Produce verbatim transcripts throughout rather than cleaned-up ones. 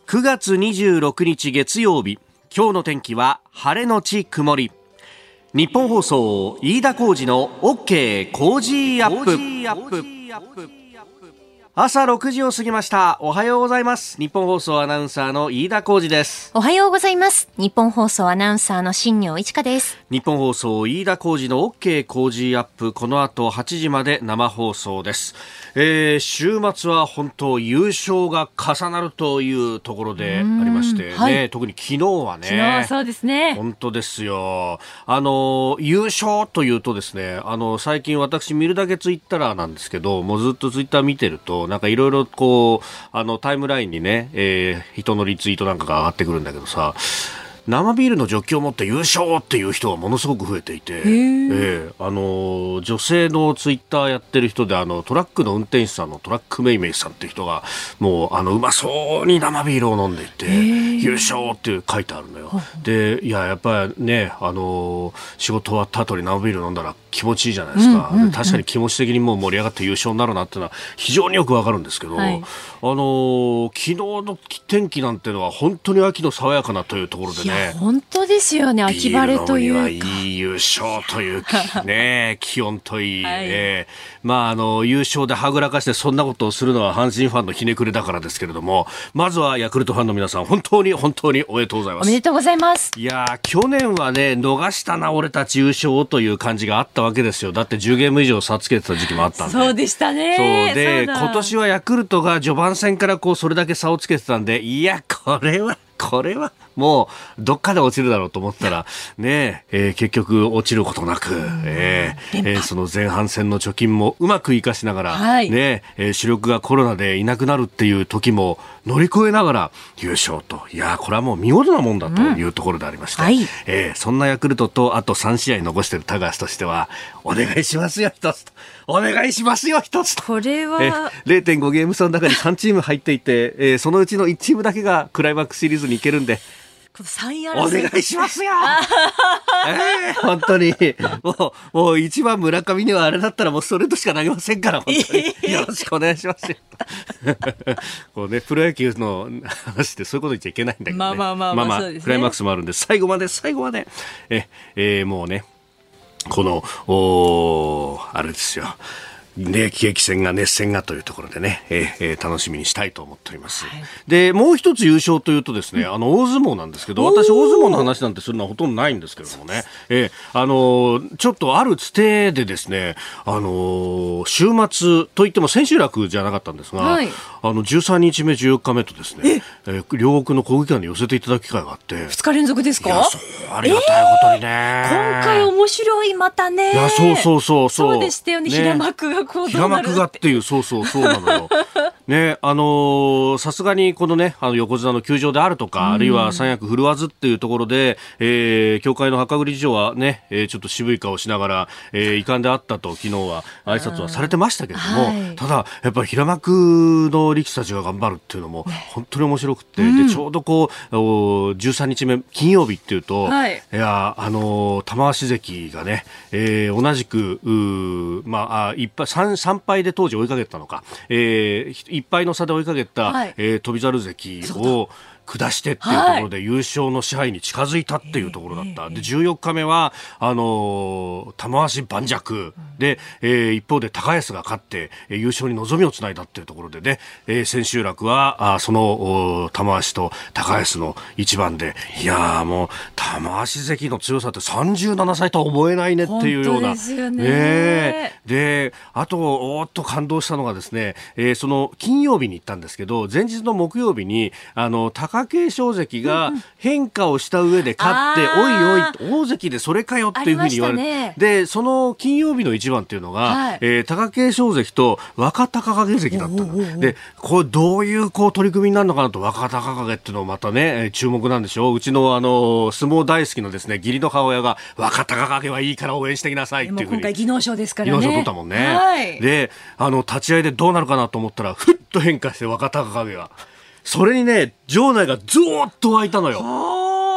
くがつにじゅうろくにち月曜日、今日の天気は晴れのち曇り。日本放送飯田浩司の OK 工事アップ。朝ろくじを過ぎました。おはようございます。日本放送アナウンサーの飯田浩司です。 おはようございます。日本放送アナウンサーの新業一華です。 日本放送飯田浩司の OK 工事アップ、この後はちじまで生放送です。えー、週末は本当優勝が重なるというところでありましてね、はい、特に昨日はね、 昨日はそうですね、 本当ですよ。あの優勝というとですね、あの最近私見るだけツイッターなんですけど、もうずっとツイッター見てるとなんかいろいろこうあのタイムラインにね、えー、人のリツイートなんかが上がってくるんだけどさ、生ビールのジョッキを持って優勝っていう人がものすごく増えていて、えー、あの女性のツイッターやってる人で、あのトラックの運転手さんのトラックメイメイさんっていう人がもうあのうまそうに生ビールを飲んでいて、優勝って書いてあるのよ。で、いややっぱりね、あの仕事終わった後に生ビール飲んだら気持ちいいじゃないですか、うんうんうん、確かに気持ち的にもう盛り上がって優勝になるなっていうのは非常によくわかるんですけど、はい、あの昨日の天気なんてのは本当に秋の爽やかなというところでね、 本当ですよね。秋晴れというか、 ビール飲むにはいい優勝というね気温といい、はい、えー、まああの優勝ではぐらかしてそんなことをするのは阪神ファンのひねくれだからですけれども、まずはヤクルトファンの皆さん本当に本当におめでとうございます。 おめでとうございます。 いや去年はね逃したな俺たち優勝という感じがあったわけですよ。だってじゅうゲーム以上差つけてた時期もあったんで。 そうでしたね。 そうで、今年はヤクルトが序盤戦からこうそれだけ差をつけてたんで、いやこれはこれはもうどっかで落ちるだろうと思ったらねえ、えー、結局落ちることなく、えーえー、その前半戦の貯金もうまく生かしながら、はい、ねえー、主力がコロナでいなくなるっていう時も乗り越えながら優勝と、いやこれはもう見事なもんだというところでありまして、うん、はい、えー、そんなヤクルトとあとさんしあい残しているタガースとしてはお願いしますよ一つと、お願いしますよ一つと。 これは、えー、 れいてんご ゲーム差の中にさんチーム入っていて、えー、そのうちのいちチームだけがクライマックスシリーズに行けるんでお願いしますよえー、本当にもう、もう一番村上にはあれだったらもうストレートしか投げませんから、本当によろしくお願いしますよこう、ね、プロ野球の話でそういうこと言っちゃいけないんだけどね、 まあまあまあまあ、まあまあね、 クライマックスもあるんで最後まで最後までえ、えー、もうねこのおあれですよね、激戦が熱戦がというところでね、えーえー、楽しみにしたいと思っております、はい、でもう一つ優勝というとですね、うん、あの大相撲なんですけど、私大相撲の話なんてするのはほとんどないんですけれどもね、えー、あのー、ちょっとあるつてでですね、あのー、週末といっても千秋楽じゃなかったんですが、はい、あのじゅうさんにちめじゅうよっかめとですね、ええー、両国の国技館に寄せていただく機会があって、 ふつか連続ですか。 いやそうありがたいことにね、 えー、今回面白い、またね、 いやそうそうそうそうそうでしたよね、ね、平幕がこう平幕がっていう、そうそうそうなのよね、あのー、さすがにこのね、あの横綱の休場であるとか、あるいは三役振るわずっていうところで、えー、協会の墓栗事情はね、えー、ちょっと渋い顔しながら、えー、遺憾であったと昨日は挨拶はされてましたけれども、はい、ただやっぱり平幕の力士たちが頑張るっていうのも本当に面白くて、ね、でちょうどこうじゅうさんにちめ金曜日っていうと、はい、いやあのー、玉鷲関がね、えー、同じくまあ一敗さんぱいで当時追いかけたのか、えー、いっぱいの差で追いかけた、はい、えー、翔猿関を下してっていうところで優勝の支配に近づいたっていうところだった、はい、でじゅうよっかめはあのー、玉鷲盤石で、えー、一方で高安が勝って優勝に望みをつないだっていうところでね、えー、千秋楽はあその玉鷲と高安の一番で、いやーもう玉鷲関の強さってさんじゅうななさいとは思えないねっていうような、 本当ですよね、 ね、であとおーっと感動したのがですね、えー、その金曜日に行ったんですけど、前日の木曜日にあの高貴景勝関が変化をした上で勝って、おいおい大関でそれかよっていうふうに言われて、ね、でその金曜日の一番っていうのが、はい、えー、貴景勝関と若隆景関だったの。おうおうおう、でこれどういうこう取り組みになるのかなと、若隆景っていうのもまたね注目なんでしょう。うちのあの相撲大好きのですね義理の母親が若隆景はいいから応援してきなさいっていうふうに、 今回技能賞ですからね、 技能賞取ったもんね、はい、であの立ち合いでどうなるかなと思ったらふっと変化して若隆景が、それにね場内がゾーッと湧いたのよ。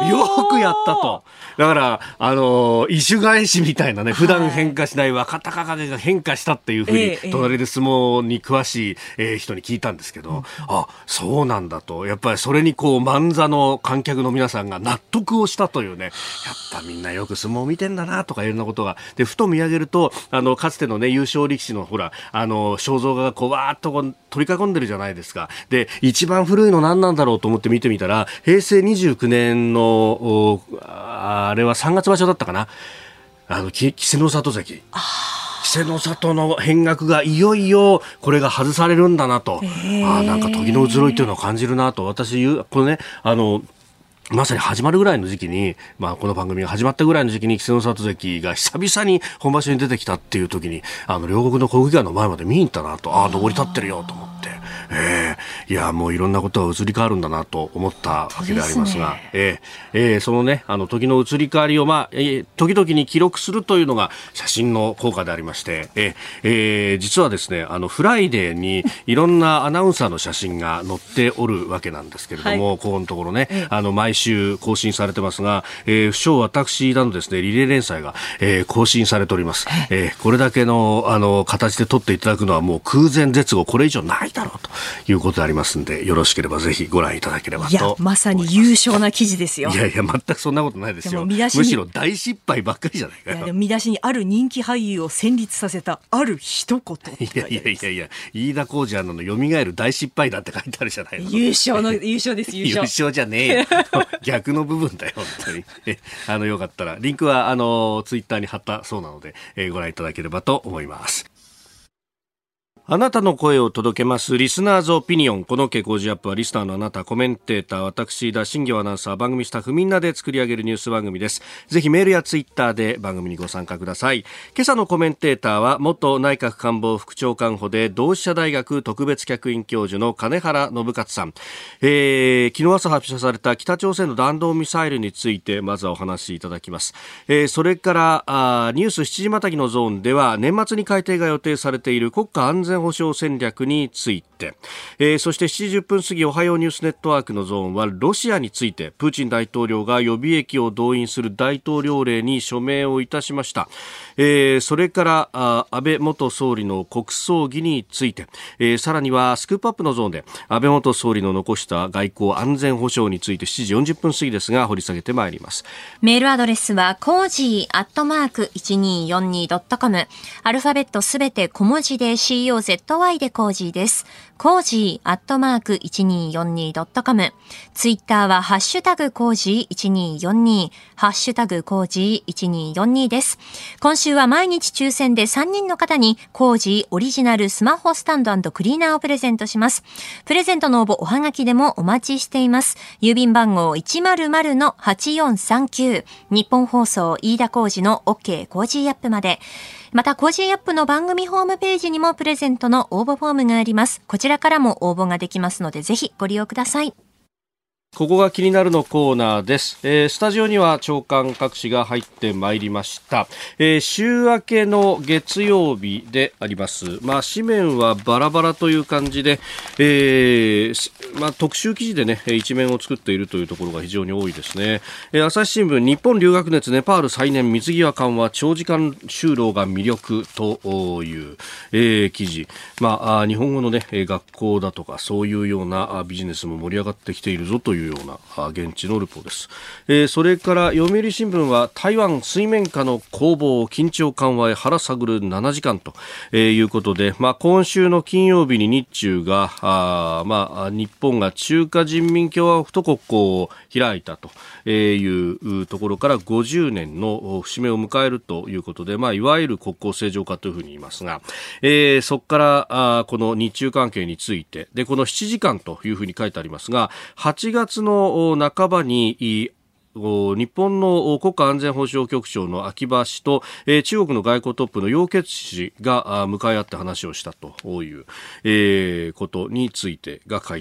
よくやったと。だから、あのー、異種返しみたいなね、普段変化しない若隆景が変化したっていうふうに、ええ、隣で相撲に詳しい、えー、人に聞いたんですけど、うん、あ、そうなんだと。やっぱりそれにこう、万座の観客の皆さんが納得をしたというね、やっぱみんなよく相撲を見てんだなとかいろんなことが。で、ふと見上げると、あの、かつてのね、優勝力士のほら、あの、肖像画がこう、わーっとこう取り囲んでるじゃないですか。で、一番古いの何なんだろうと思って見てみたら、平成にじゅうきゅうねんの、あれはさんがつ場所だったかな。あの、稀勢の里関。稀勢の里の変額がいよいよこれが外されるんだなと。あ、なんか時の移ろいというのを感じるなと。私言う、これね、あの、まさに始まるぐらいの時期に、まあ、この番組が始まったぐらいの時期に稀勢の里関が久々に本場所に出てきたっていう時に、あの、両国の国技館の前まで見に行ったなと。ああ、上り立ってるよと思って。えー、いやもういろんなことが移り変わるんだなと思ったわけでありますが、す、ねえーえー、そのね、あの時の移り変わりを、まあえー、時々に記録するというのが写真の効果でありまして、えーえー、実はですね、あのフライデーにいろんなアナウンサーの写真が載っておるわけなんですけれども、はい、ここのところね、あの毎週更新されてますが、えー、不詳私らのですねリレー連載が、えー、更新されております。えー、これだけのあの形で撮っていただくのはもう空前絶後、これ以上ないだろうということでありますので、よろしければぜひご覧いただければと。 いや、まさに優勝な記事ですよ。 いやいや、全くそんなことないですよ。むしろ大失敗ばっかりじゃないかよ。 いや、でも見出しにある人気俳優を戦慄させたある一言。 いやいやいやいや、飯田浩司アナの蘇る大失敗だって書いてあるじゃないの。 優勝の優勝です。優勝。 優勝じゃねえよ。逆の部分だよ本当に。え、あのよかったらリンクはあのツイッターに貼ったそうなので、えー、ご覧いただければと思います。あなたの声を届けますリスナーズオピニオン。この傾向ジアップはリスナーのあなた、コメンテーター、私田新業アナウンサー、番組スタッフみんなで作り上げるニュース番組です。ぜひメールやツイッターで番組にご参加ください。今朝のコメンテーターは元内閣官房副長官補で同志社大学特別客員教授の金原信勝さん、えー、昨日朝発表された北朝鮮の弾道ミサイルについてまずはお話しいただきます。えー、それからあニュースしちじまたぎのゾーンでは年末に改定が予定されている国家安全保障戦略について、えー、そしてしちじじゅっぷん過ぎおはようニュースネットワークのゾーンはロシアについてプーチン大統領が予備役を動員する大統領令に署名をいたしました。えー、それからあ安倍元総理の国葬儀について、えー、さらにはスクープアップのゾーンで安倍元総理の残した外交安全保障についてしちじよんじゅっぷん過ぎですが掘り下げてまいります。 メールアドレスはコージーアットマーク いちにーよんにードットコム、 アルファベットすべて小文字で シーオーゼットワイ でコージーです。コージーアットマーク いちにーよんにードットコム、 ツイッターはハッシュタグコージーいちにーよんにー、ハッシュタグコージーいちにーよんにーです。今週は毎日抽選でさんにんの方にコージーオリジナルスマホスタンド&クリーナーをプレゼントします。プレゼントの応募おはがきでもお待ちしています。郵便番号 いちまるまるのはちよんさんきゅう、日本放送飯田浩司の OK コージーアップまで。またコージーアップの番組ホームページにもプレゼントの応募フォームがあります。こちらからも応募ができますのでぜひご利用ください。 ここが気になるのコーナーです。えー、スタジオには長官各紙が入ってまいりました。えー、週明けの月曜日であります。まあ紙面はバラバラという感じで、えー、まあ特集記事でね一面を作っているというところが非常に多いですね。えー、朝日新聞、日本留学熱ネパール再燃、水際緩和、長時間就労が魅力という、えー、記事。まあ日本語のね学校だとかそういうようなビジネスも盛り上がってきているぞというような現地のルポです。えー、それから読売新聞は台湾水面下の攻防、緊張緩和へ腹探るななじかんと、えー、いうことで、まあ、今週の金曜日に日中があ、まあ、日本が中華人民共和国と国交を開いたというところからごじゅうねんの節目を迎えるということで、まあ、いわゆる国交正常化というふうに言いますが、えー、そこからあこの日中関係についてでこのしちじかんというふうに書いてありますが、はちがつの半ばに日本の国家安全保障局長の秋葉氏と、えー、中国の外交トップの楊潔氏が向かい合って話をしたという、えー、ことについてが書いて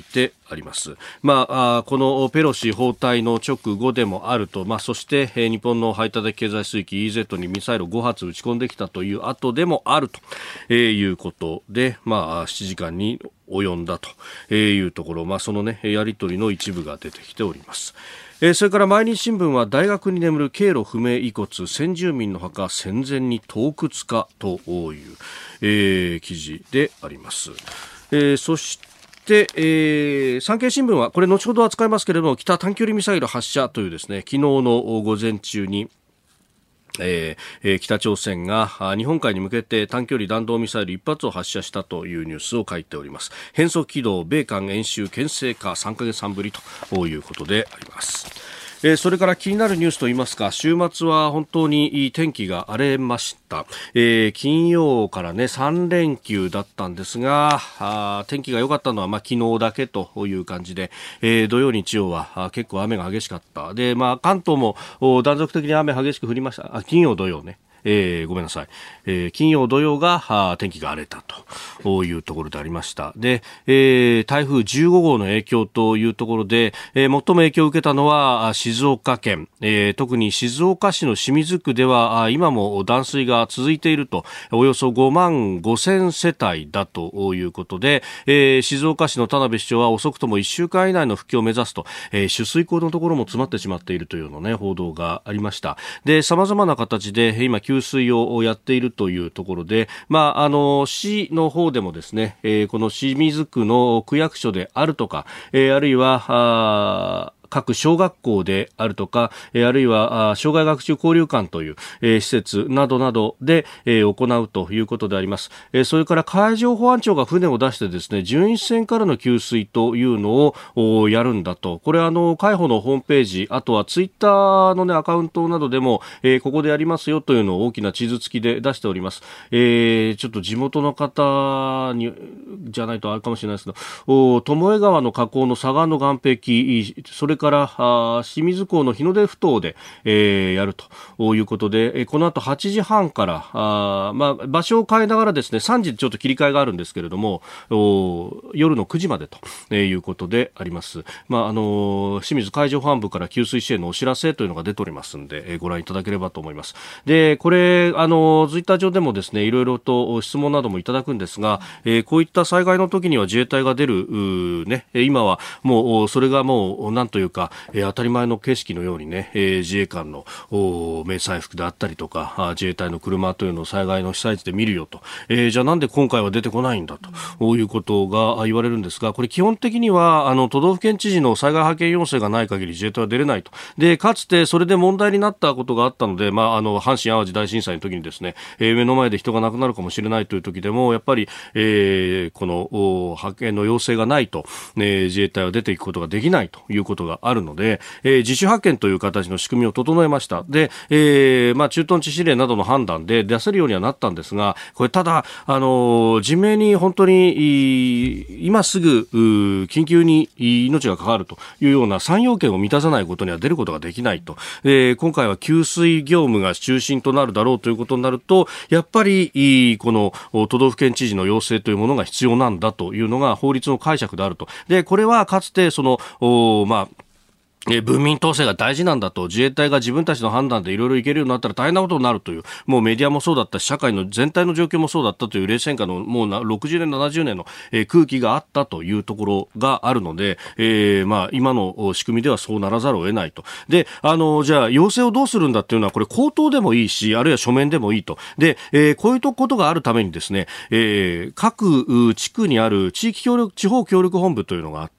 あります。まあ、あこのペロシ訪台の直後でもあると、まあ、そして、えー、日本の排他的経済水域 イーゼット にミサイルご発撃ち込んできたという後でもあると、えー、いうことで、まあ、しちじかんに及んだというところ、まあ、そのね、やり取りの一部が出てきております。えー、それから毎日新聞は大学に眠る経路不明遺骨、先住民の墓戦前に盗掘かという、えー、記事であります。えー、そしてで、えー、産経新聞はこれ後ほど扱いますけれども、北短距離ミサイル発射というですね、昨日の午前中にえー、北朝鮮が日本海に向けて短距離弾道ミサイル一発を発射したというニュースを書いております。変則軌道米韓演習牽制かさんかげつはんぶりということであります。えー、それから気になるニュースといいますか、週末は本当にいい天気が荒れました。えー、金曜からねさん連休だったんですが、あ天気が良かったのはまあ昨日だけという感じで、えー、土曜日曜は結構雨が激しかった。で、まあ関東も断続的に雨激しく降りました。あ金曜土曜ね。えー、ごめんなさい、えー、金曜土曜が天気が荒れたというところでありました。で、えー、台風じゅうご号の影響というところで、えー、最も影響を受けたのは静岡県、えー、特に静岡市の清水区では今も断水が続いていると、およそごまんごせんせたいだということで、えー、静岡市の田辺市長は遅くともいっしゅうかん以内の復旧を目指すと、えー、取水口のところも詰まってしまっているというのね報道がありました。で、様々な形で今給水をやっているというところで、まあ、あの市の方でもですね、えー、この清水区の区役所であるとか、えー、あるいはあ各小学校であるとか、あるいは障害学習交流館という施設などなどで行うということであります。それから海上保安庁が船を出してですね、巡視船からの給水というのをやるんだと。これはあの海保のホームページ、あとはツイッターのねアカウントなどでもここでやりますよというのを大きな地図付きで出しております。えー、ちょっと地元の方にじゃないとあるかもしれないですけど、巴川の河口の左岸の岸壁、それからあ清水港の日の出埠頭で、えー、やるということで、えー、この後はちじはんからあ、まあ、場所を変えながらですね、さんじでちょっと切り替えがあるんですけれども、夜のくじまでということであります。まああのー、清水海上保安部から給水支援のお知らせというのが出ておりますので、えー、ご覧いただければと思います。で、これあのツイッター上でもですね、いろいろと質問などもいただくんですが、えー、こういった災害の時には自衛隊が出る、ね、今はもうそれがもうなんというか、えー、当たり前の景色のようにね、えー、自衛官の迷彩服であったりとか、自衛隊の車というのを災害の被災地で見るよと、えー、じゃあなんで今回は出てこないんだということが言われるんですが、これ基本的にはあの都道府県知事の災害派遣要請がない限り自衛隊は出れないと。で、かつてそれで問題になったことがあったので、まあ、あの阪神淡路大震災の時にですね、えー、目の前で人が亡くなるかもしれないという時でもやっぱり、えー、この派遣の要請がないと、えー、自衛隊は出ていくことができないということがあるので、えー、自主派遣という形の仕組みを整えました。で、えーまあ、駐屯地司令などの判断で出せるようにはなったんですが、これただ、あのー、人命に本当に今すぐ緊急に命がかかるというようなさん要件を満たさないことには出ることができないと。えー、今回は給水業務が中心となるだろうということになると、やっぱりこの都道府県知事の要請というものが必要なんだというのが法律の解釈であると。で、これはかつてそのまあえ文民統制が大事なんだと、自衛隊が自分たちの判断でいろいろいけるようになったら大変なことになるという、もうメディアもそうだったし社会の全体の状況もそうだったという冷戦下のもうろくじゅうねんななじゅうねんの、えー、空気があったというところがあるので、えー、まあ今の仕組みではそうならざるを得ないと。で、あのじゃあ要請をどうするんだっていうのはこれ口頭でもいいし、あるいは書面でもいいと。で、えー、こういうことがあるためにですね、えー、各地区にある地域協力地方協力本部というのがあって、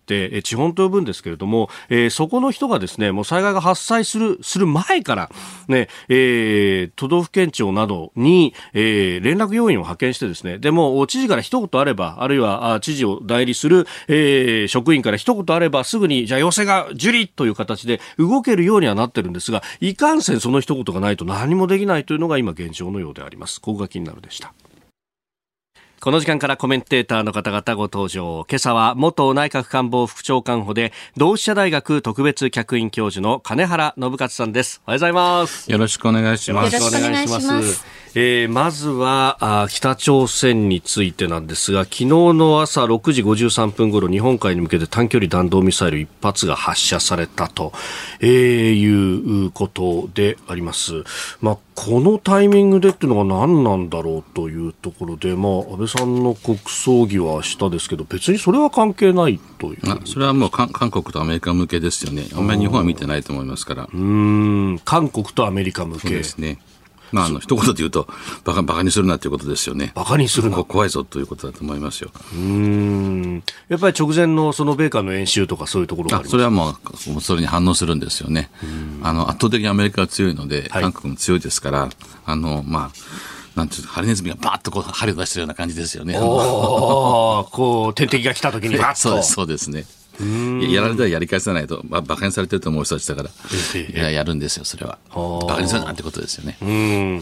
地本と呼ぶんですけれども、えー、そこの人がですね、もう災害が発災するする前からね、えー、都道府県庁などに、えー、連絡要員を派遣してですね、でも知事から一言あれば、あるいは知事を代理する、えー、職員から一言あればすぐにじゃあ要請が受理という形で動けるようにはなってるんですが、いかんせんその一言がないと何もできないというのが今現状のようであります。ここが気になるでした。 この時間からコメンテーターの方々ご登場。今朝は元内閣官房副長官補で同志社大学特別客員教授の金原信勝さんです。おはようございます。 よろしくお願いします。 よろしくお願いします。 えー、まずはあ北朝鮮についてなんですが、昨日の朝ろくじごじゅうさんぷん頃、日本海に向けて短距離弾道ミサイルいっ発が発射されたと、えー、いうことであります。まあ、このタイミングでっていうのが何なんだろうというところで、まあ、安倍さんの国葬儀は明日ですけど、別にそれは関係ないという。 あ、それはもう韓国とアメリカ向けですよね。あんまり日本は見てないと思いますから。 うーん、韓国とアメリカ向け。 そうですね。まあ、あの一言で言うとバカ、バカにするなということですよね。 バカにするな。 怖いぞということだと思いますよ。 うーん、やっぱり直前のその米韓の演習とかそういうところがあります。 あ、それはもうそれに反応するんですよね。あの圧倒的にアメリカが強いので、はい、韓国も強いですから、あのまあなんていうハリネズミがバーッとこう針を出してるような感じですよね。 おこう天敵が来た時にバッとそうです、そうですね。やられたらやり返さないと、まあ、バカにされてると思う人たちだから、いや、やるんですよ、それは。バカにするなんてことですよね。 うん、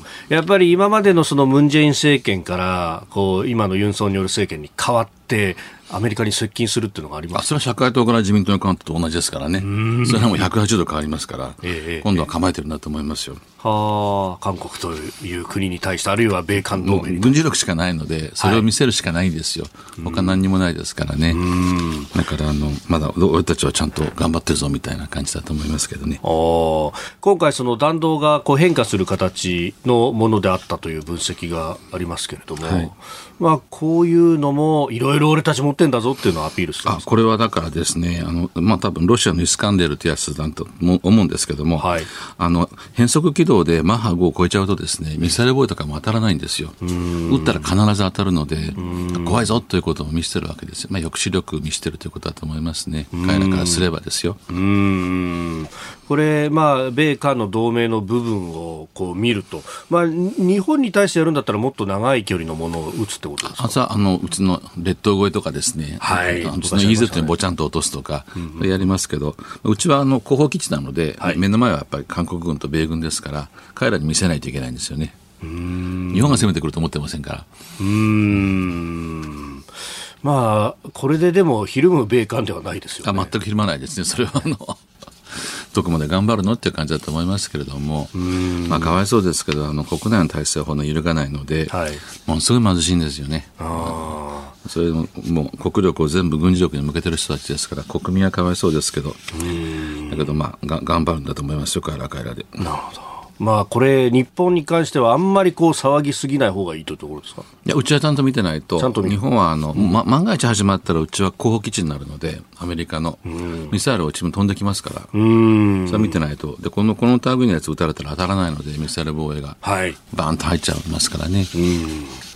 やっぱり今までのそのムン・ジェイン政権からこう今のユン・ソンニョル政権に変わってアメリカに接近するっていうのがあります。 あ、それは社会党から自民党のカウントと同じですからね。それはもうひゃくはちじゅうど変わりますから、ええ、今度は構えてるんだと思いますよ。 はあ、韓国という国に対して、あるいは米韓同盟に軍事力しかないので、それを見せるしかないんですよ。はい、他何にもないですからね。うんだからあのまだ俺たちはちゃんと頑張ってるぞみたいな感じだと思いますけどね。 あ、今回その弾道がこう変化する形のものであったという分析がありますけれども、はい、まあ、こういうのもいろいろ俺たち持ってんだぞっていうのをアピールしてます。 あ、これはだからですね、あの、まあ、多分ロシアのイスカンデルというやつだと思うんですけども、はい、あの変則軌道でマッハごを超えちゃうとですね、ミサイル防衛とかも当たらないんですよ。撃ったら必ず当たるので怖いぞということを見せてるわけですよ。まあ、抑止力を見せてるということだと思いますね。彼らからすればですよ。 うーん、これ、まあ、米韓の同盟の部分をこう見ると、まあ、日本に対してやるんだったらもっと長い距離のものを撃つってことですか。 朝あのうちの列島越えとかですね、はい、うちの イーゼット にぼちゃんと落とすとか、うん、やりますけど、うちはあの後方基地なので、はい、目の前はやっぱり韓国軍と米軍ですから、彼らに見せないといけないんですよね。うーん、日本が攻めてくると思ってませんから。 うーん、まあ、これででもひるむ米韓ではないですよね。 あ、全くひるまないですね。それはあのどこまで頑張るのっていう感じだと思いますけれども、まあ、かわいそうですけど、あの国内の体制はほんの揺るがないので、はい、ものすごい貧しいんですよね。あ、それももう国力を全部軍事力に向けてる人たちですから、国民はかわいそうですけど、だけど、まあ、が頑張るんだと思いますよ、彼ら彼らで。 なるほど。まあ、これ日本に関してはあんまりこう騒ぎすぎない方がいいというところですか。 いや、うちはちゃんと見てないと、日本はあの、うん、ま、万が一始まったらうちは後方基地になるので、アメリカのミサイルをうちも飛んできますから、うん、それは見てないと。で、このこの類のやつ撃たれたら当たらないので、ミサイル防衛がバーンと入っちゃいますからね。うん、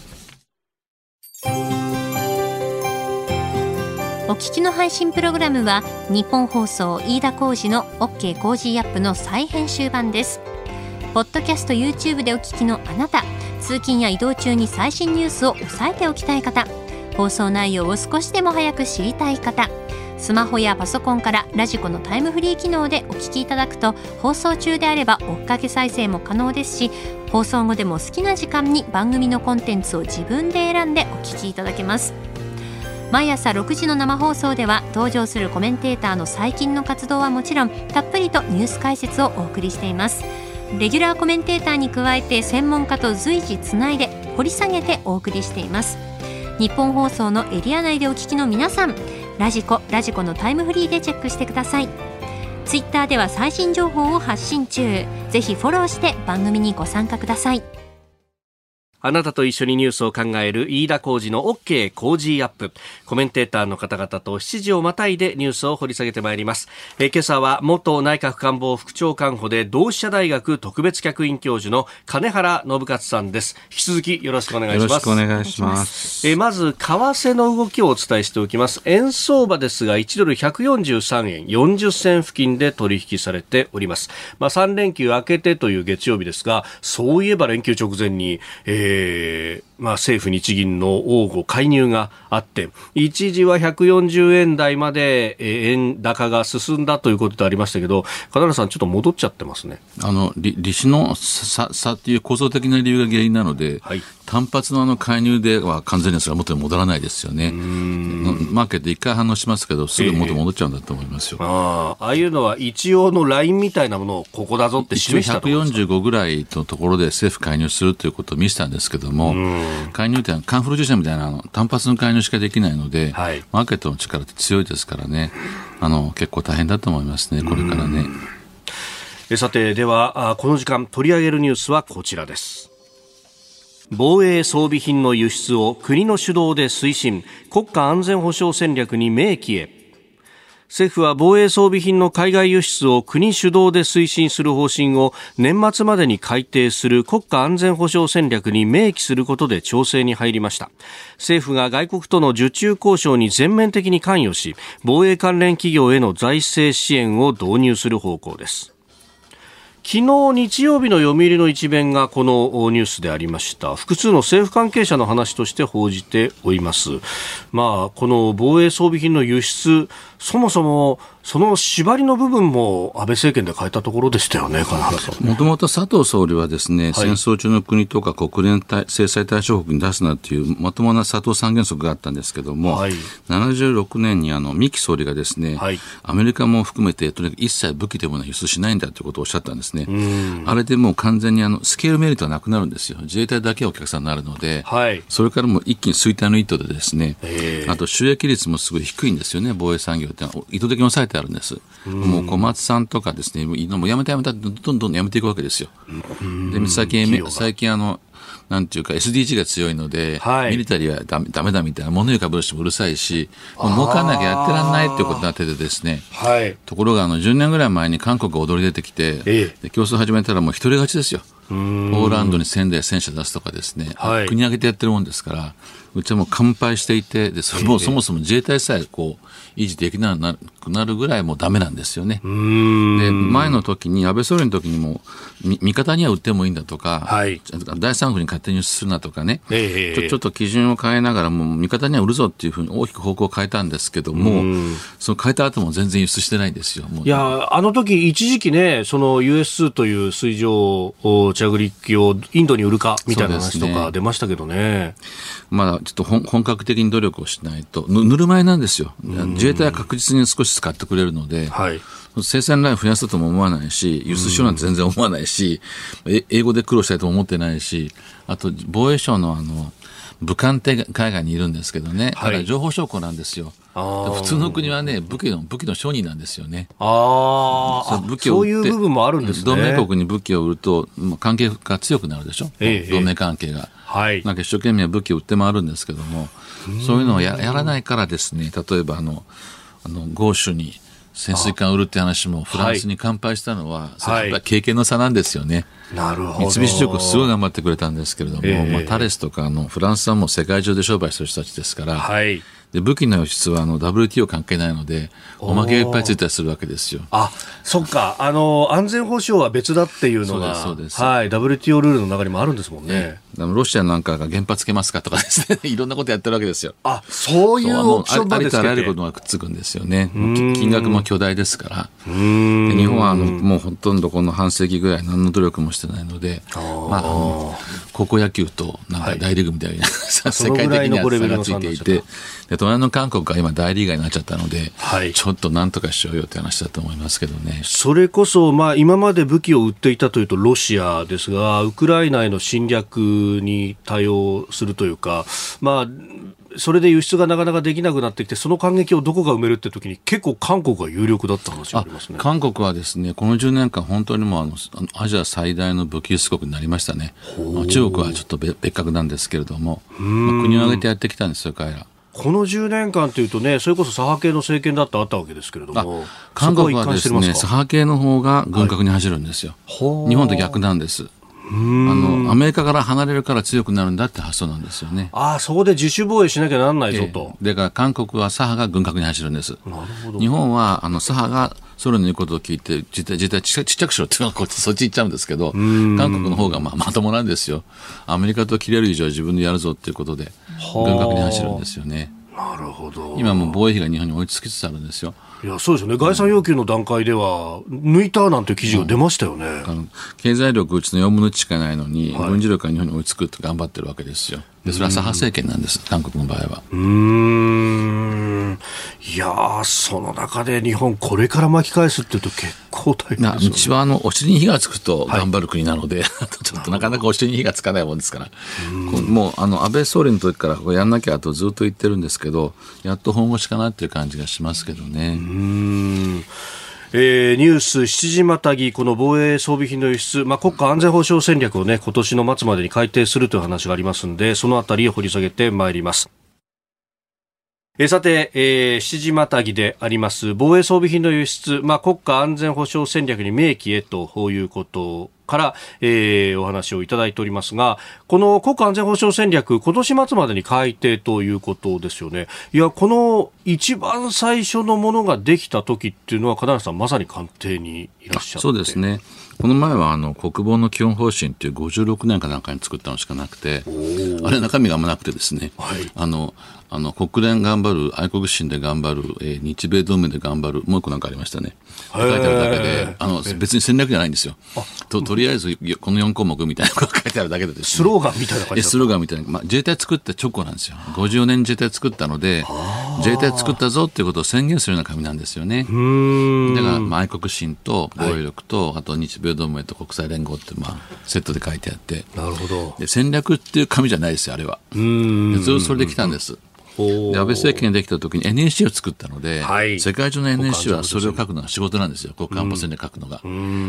お聞きの配信プログラムは日本放送飯田浩司の OK コージーアップの再編集版です。ポッドキャスト YouTube でお聞きのあなた、通勤や移動中に最新ニュースを押さえておきたい方、放送内容を少しでも早く知りたい方、スマホやパソコンからラジコのタイムフリー機能でお聞きいただくと、放送中であれば追っかけ再生も可能ですし、放送後でも好きな時間に番組のコンテンツを自分で選んでお聞きいただけます。毎朝ろくじの生放送では登場するコメンテーターの最近の活動はもちろん、たっぷりとニュース解説をお送りしています。レギュラーコメンテーターに加えて専門家と随時つないで掘り下げてお送りしています。日本放送のエリア内でお聞きの皆さん、ラジコラジコのタイムフリーでチェックしてください。ツイッターでは最新情報を発信中。ぜひフォローして番組にご参加ください。 あなたと一緒にニュースを考える飯田浩司の OK 工事アップ。コメンテーターの方々としちじをまたいでニュースを掘り下げてまいります。えー、今朝は元内閣官房副長官補で同志社大学特別客員教授の金原信勝さんです。引き続きよろしくお願いします。 よろしくお願いします。 えー、まず為替の動きをお伝えしておきます。円相場ですがいちドルひゃくよんじゅうさんえんよんじゅっせん付近で取引されております。まあ、さん連休明けてという月曜日ですが、そういえば連休直前に、えーまあ、政府日銀の応募介入があって一時はひゃくよんじゅうえん台まで円高が進んだということでありましたけど、金原さんちょっと戻っちゃってますね。 あの利, 利子の差差っていう構造的な理由が原因なので、はい、単発のあの介入では完全にそれは元に戻らないですよね。マーケット一回反応しますけどすぐ元に戻っちゃうんだと思いますよ。 えー、あ, ああいうのは一応のラインみたいなものをここだぞって示したとひゃくよんじゅうごぐらいのところで政府介入するということを見せたんですけども、介入ってカンフル自社みたいなあの単発の介入しかできないので、はい、マーケットの力って強いですからね、あの結構大変だと思いますねこれからね。 えさてではこの時間取り上げるニュースはこちらです。防衛装備品の輸出を国の主導で推進、国家安全保障戦略に明記へ。政府は防衛装備品の海外輸出を国主導で推進する方針を年末までに改定する国家安全保障戦略に明記することで調整に入りました。政府が外国との受注交渉に全面的に関与し、防衛関連企業への財政支援を導入する方向です。昨日日曜日の読売の一面がこのニュースでありました。複数の政府関係者の話として報じております。まあこの防衛装備品の輸出、そもそもその縛りの部分も安倍政権で変えたところでしたよね。金原さん、 もともと佐藤総理はですね、はい、戦争中の国とか国連制裁対象国に出すなというまともな佐藤三原則があったんですけども、はい、ななじゅうろくねんにあの三木総理がですね、はい、アメリカも含めてとにかく一切武器というものは輸出しないんだということをおっしゃったんですね。あれでもう完全にあのスケールメリットはなくなるんですよ。自衛隊だけお客さんになるので、はい、それからもう一気に衰退の一途でですね、あと収益率もすごい低いんですよね。防衛産業って意図的に抑えてあるんです。もう小松さんとかですね、もうやめたやめたってどんどんどんやめていくわけですよ。で最近最近あのなんていうか エスディージー が強いので、はい、ミリタリーはダメ、ダメだみたいな物言う株主もうるさいし、もう儲かんなきゃやってらんないっていうことになっててですね、はい、ところがあのじゅうねんぐらい前に韓国が踊り出てきて、ええ、で競争始めたらもう一人勝ちですよ。ポーランドにせんだい戦車出すとかですね、はい、国挙げてやってるもんですから、うちはもう完敗していて、でそれもそもそも自衛隊さえこう維持できなくなるぐらいもうダメなんですよね。で前の時に安倍総理の時にも味方には売ってもいいんだとか、はい、第三国に勝手に輸出するなとかね、えー、ちょ、ちょっと基準を変えながらもう味方には売るぞっていうふうに大きく方向を変えたんですけども、その変えた後も全然輸出してないんですよ。もういやあの時一時期ね、その ユーエスツー という水上着陸機をインドに売るかみたいな話とか出ましたけどね。 まだちょっと本格的に努力をしないと、ぬるま湯なんですよ。自衛隊は確実に少し使ってくれるので、はい、生産ライン増やすとも思わないし、輸出しようなんて全然思わないし、英語で苦労したいとも思ってないし、あと防衛省のあの武官って海外にいるんですけどね、はい、だから情報将校なんですよ。普通の国はね、武器の武器の商人なんですよね。 ああ、武器を売ってそういう部分もあるんですね。 同盟国に武器を売ると関係が強くなるでしょ、ええ、同盟関係が、はい、なんか一生懸命武器を売って回るんですけども、そういうのを や, やらないからですね、例えばあのあの豪州に潜水艦を売るって話もフランスに乾杯したのは、はい、それ経験の差なんですよね。なるほど。三菱重工すごい頑張ってくれたんですけれども、えーまあ、タレスとかあのフランスはもう世界中で商売する人たちですから、はい、で武器の輸出はあの ダブリューティーオー 関係ないのでおまけがいっぱいついたりするわけですよ。 あ、そっか、あの安全保障は別だっていうのがそうですそうです、はい、ダブリューティーオー ルールの中にもあるんですもんね。えー、ロシアなんかが原発つけますかとかですねいろんなことやってるわけですよ。 あ、そういうオプションまでつけて、ありとあらゆることがくっつくんですよね。金額も巨大ですから。うーん、で日本はあのもうほとんどこの半世紀ぐらい何の努力もしてないので、あ、まあ、あの高校野球となんか大リーグみたいな、はい、世界的には差がついていて、で隣の韓国が今大リーガーになっちゃったので、はい、ちょっとなんとかしようよって話だと思いますけどね。 それこそ、まあ、今まで武器を売っていたというとロシアですが、ウクライナへの侵略に対応するというか、まあそれで輸出がなかなかできなくなってきて、その間隙をどこが埋めるって時に結構韓国が有力だった話がありますね。 韓国はですね、このじゅうねんかん本当にもうあのアジア最大の武器輸出国になりましたね。中国はちょっと別格なんですけれども、まあ、国を挙げてやってきたんですよ彼ら。 このじゅうねんかんというとね、それこそ左派系の政権だってあったわけですけれども、 韓国はですね、左派系の方が軍拡に走るんですよ。はい、日本と逆なんです。あのアメリカから離れるから強くなるんだって発想なんですよね。 ああ、そこで自主防衛しなきゃならないぞと。 えー、だから韓国は左派が軍拡に走るんです。なるほど。日本はあの左派がソ連の言うことを聞いて自体自体ちっちゃくしろっていうのはこっちそっち行っちゃうんですけど、韓国の方がまあまともなんですよ。アメリカと切れる以上は自分でやるぞっていうことで軍拡に走るんですよね。 なるほど。 今もう防衛費が日本に追いつきつつあるんですよ。 いやそうですよね。概算要求の段階では抜いたなんていう記事が出ましたよね。 あの経済力うちのよんぶんのいちしかないのに、はい、軍事力が日本に追いつくって頑張ってるわけですよ。でそれは左派政権なんです、韓国の場合は。 うーん、いやーその中で日本これから巻き返すっていうと結構大変ですよね。 うちはあのお尻に火がつくと頑張る国なので、はい、ちょっとなかなかお尻に火がつかないもんですから、うもうあの安倍総理の時からこれやんなきゃとずっと言ってるんですけど、やっと本腰かなっていう感じがしますけどね。 うーん、えー、ニュースしちじまたぎ、この防衛装備品の輸出、まあ、国家安全保障戦略をね今年の末までに改定するという話がありますので、そのあたりを掘り下げてまいります。えー、さて、えー、しちじまたぎであります防衛装備品の輸出、まあ、国家安全保障戦略に明記へということから、えー、お話をいただいておりますが、この国家安全保障戦略今年末までに改定ということですよね。いやこの一番最初のものができた時っていうのは金原さんまさに官邸にいらっしゃって。 そうですね。この前はあの国防の基本方針っていうごじゅうろくねんかなんかに作ったのしかなくて、あれ中身があんまなくてですね、はい、あのあの国連頑張る、愛国心で頑張る、えー、日米同盟で頑張る、もう一個なんかありましたね。書いてあるだけで、あの別に戦略じゃないんですよ。と, とりあえずこのよんこうもくみたいなことが書いてあるだけでですね、 スローガンみたいな感じだった。 スローガンみたいな、まあ、自衛隊作った直後なんですよ。ごじゅうねん自衛隊作ったので、自衛隊作ったぞっていうことを宣言するような紙なんですよね。うーん、だから、まあ、愛国心と防衛力と、はい、あと日米同盟と国際連合って、まあ、セットで書いてあって、 なるほど。 で戦略っていう紙じゃないですよあれは。うーん、でずっとそれで来たんです。で安倍政権ができた時に エヌエスシー を作ったので、はい、世界中の エヌエスシー はそれを書くのが仕事なんですよ。国家安保戦略書くのが、うん、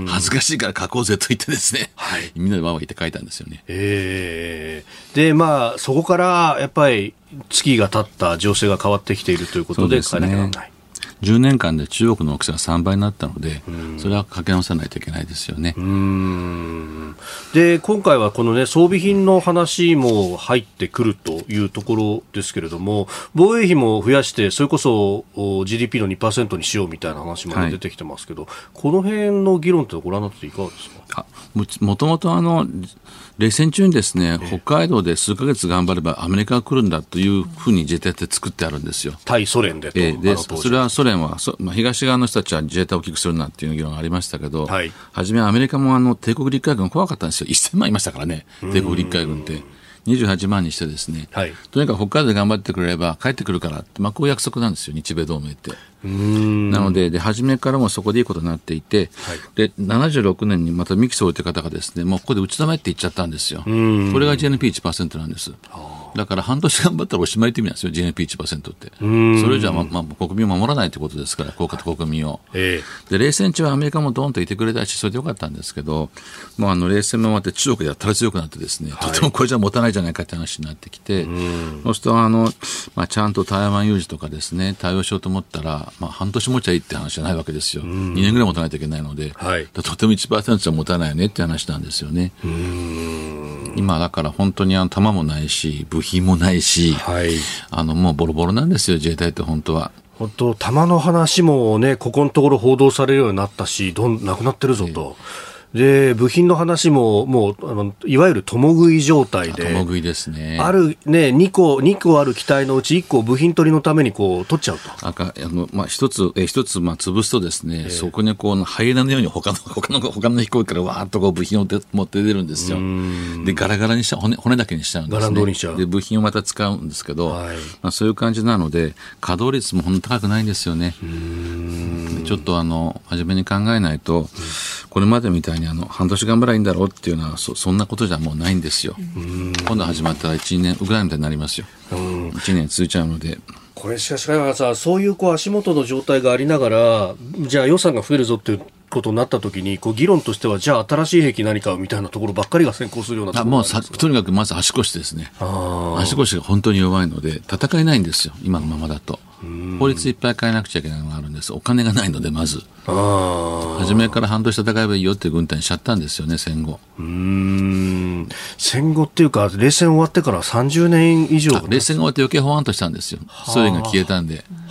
恥ずかしいから書こうぜと言ってですね、はい、みんなでわーわー言って書いたんですよね。 えー、でまあそこからやっぱり月が経った情勢が変わってきているということで変えなきゃならない。 じゅうねんかんで中国の大きさがさんばいになったので、それはかけ直さないといけないですよね。 うーん、で今回はこの、ね、装備品の話も入ってくるというところですけれども、防衛費も増やしてそれこそ ジーディーピー の にパーセント にしようみたいな話も出てきてますけど、はい、この辺の議論ってご覧になっていかがですか。 あ、もともとあの冷戦中にですね、北海道で数ヶ月頑張ればアメリカが来るんだというふうに自衛隊って作ってあるんですよ。 対ソ連でと、 えー、でそれはソ連はそ、まあ、東側の人たちは自衛隊を大きくするなっていう議論がありましたけど、はい、初めアメリカもあの帝国陸海軍怖かったんですよ。せんまんいましたからね、帝国陸海軍ってにじゅうはちまんにしてですね、はい、とにかく北海道で頑張ってくれれば帰ってくるからって、まあ、こういう約束なんですよ日米同盟って。うーん、なので、で初めからもそこでいいことになっていて、はい、でななじゅうろくねんにまた三木総理という方がですね、もうここで打ち止めって言っちゃったんですよ。これが ジーエヌピーいちパーセント なんです。だから半年頑張ったらおしまいって意味なんですよ ジーエヌピーいちパーセント って。それじゃ、ままあ、国民を守らないということですから、国家と国民を、えー、で冷戦中はアメリカもドーンといてくれたしそれでよかったんですけど、もうあの冷戦も終わって中国でやったら強くなってですね、はい、とてもこれじゃ持たないじゃないかって話になってきて、そうするとあの、まあ、ちゃんと台湾有事とかですね対応しようと思ったら、まあ、半年持ちゃいいって話じゃないわけですよ。にねんぐらい持たないといけないので、はい、とても いちパーセント じゃ持たないよねって話なんですよね。うーん、今だから本当にあの弾もないし部品もないし、はい、あのもうボロボロなんですよ自衛隊って本当は。 本当弾の話もねここのところ報道されるようになったしどんなくなってるぞと、えー、で部品の話ももうあのいわゆる共食い状態で、 共食いですね。 あるねにこにこある機体のうちいっこを部品取りのためにこう取っちゃうと。 あかあのまあ一つえ一つまあ潰すとですね、えー、そこにこうハイエナのように他の他の他の飛行機からわーっとこう部品を持って出るんですよ。でガラガラにしちゃう 骨, 骨だけにしちゃうんですね。ガランドにしちゃう。で部品をまた使うんですけど、はい、まあそういう感じなので稼働率も本当高くないんですよね。うーん、ちょっとあの初めに考えないと、うん、これまでみたいにあの半年頑張らいいんだろうっていうのは そ, そんなことじゃもうないんですよ。今度始まったらいちねんウクライナみたいになりますよ。いちねん続いちゃうので。 これしかしさそういうこう足元の状態がありながらじゃあ予算が増えるぞっていうことになったときにこう議論としてはじゃあ新しい兵器何かみたいなところばっかりが先行するようなところがあるんですか。 あもうさとにかくまず足腰ですね。あ足腰が本当に弱いので戦えないんですよ今のままだと。法律いっぱい変えなくちゃいけないのがあるんです。お金がないのでまずあ初めから半年戦えばいいよって軍隊にしちゃったんですよね戦後。 うーん戦後っていうか冷戦終わってからさんじゅうねん以上冷戦が終わって余計法案としたんですよ。ソ連が消えたんで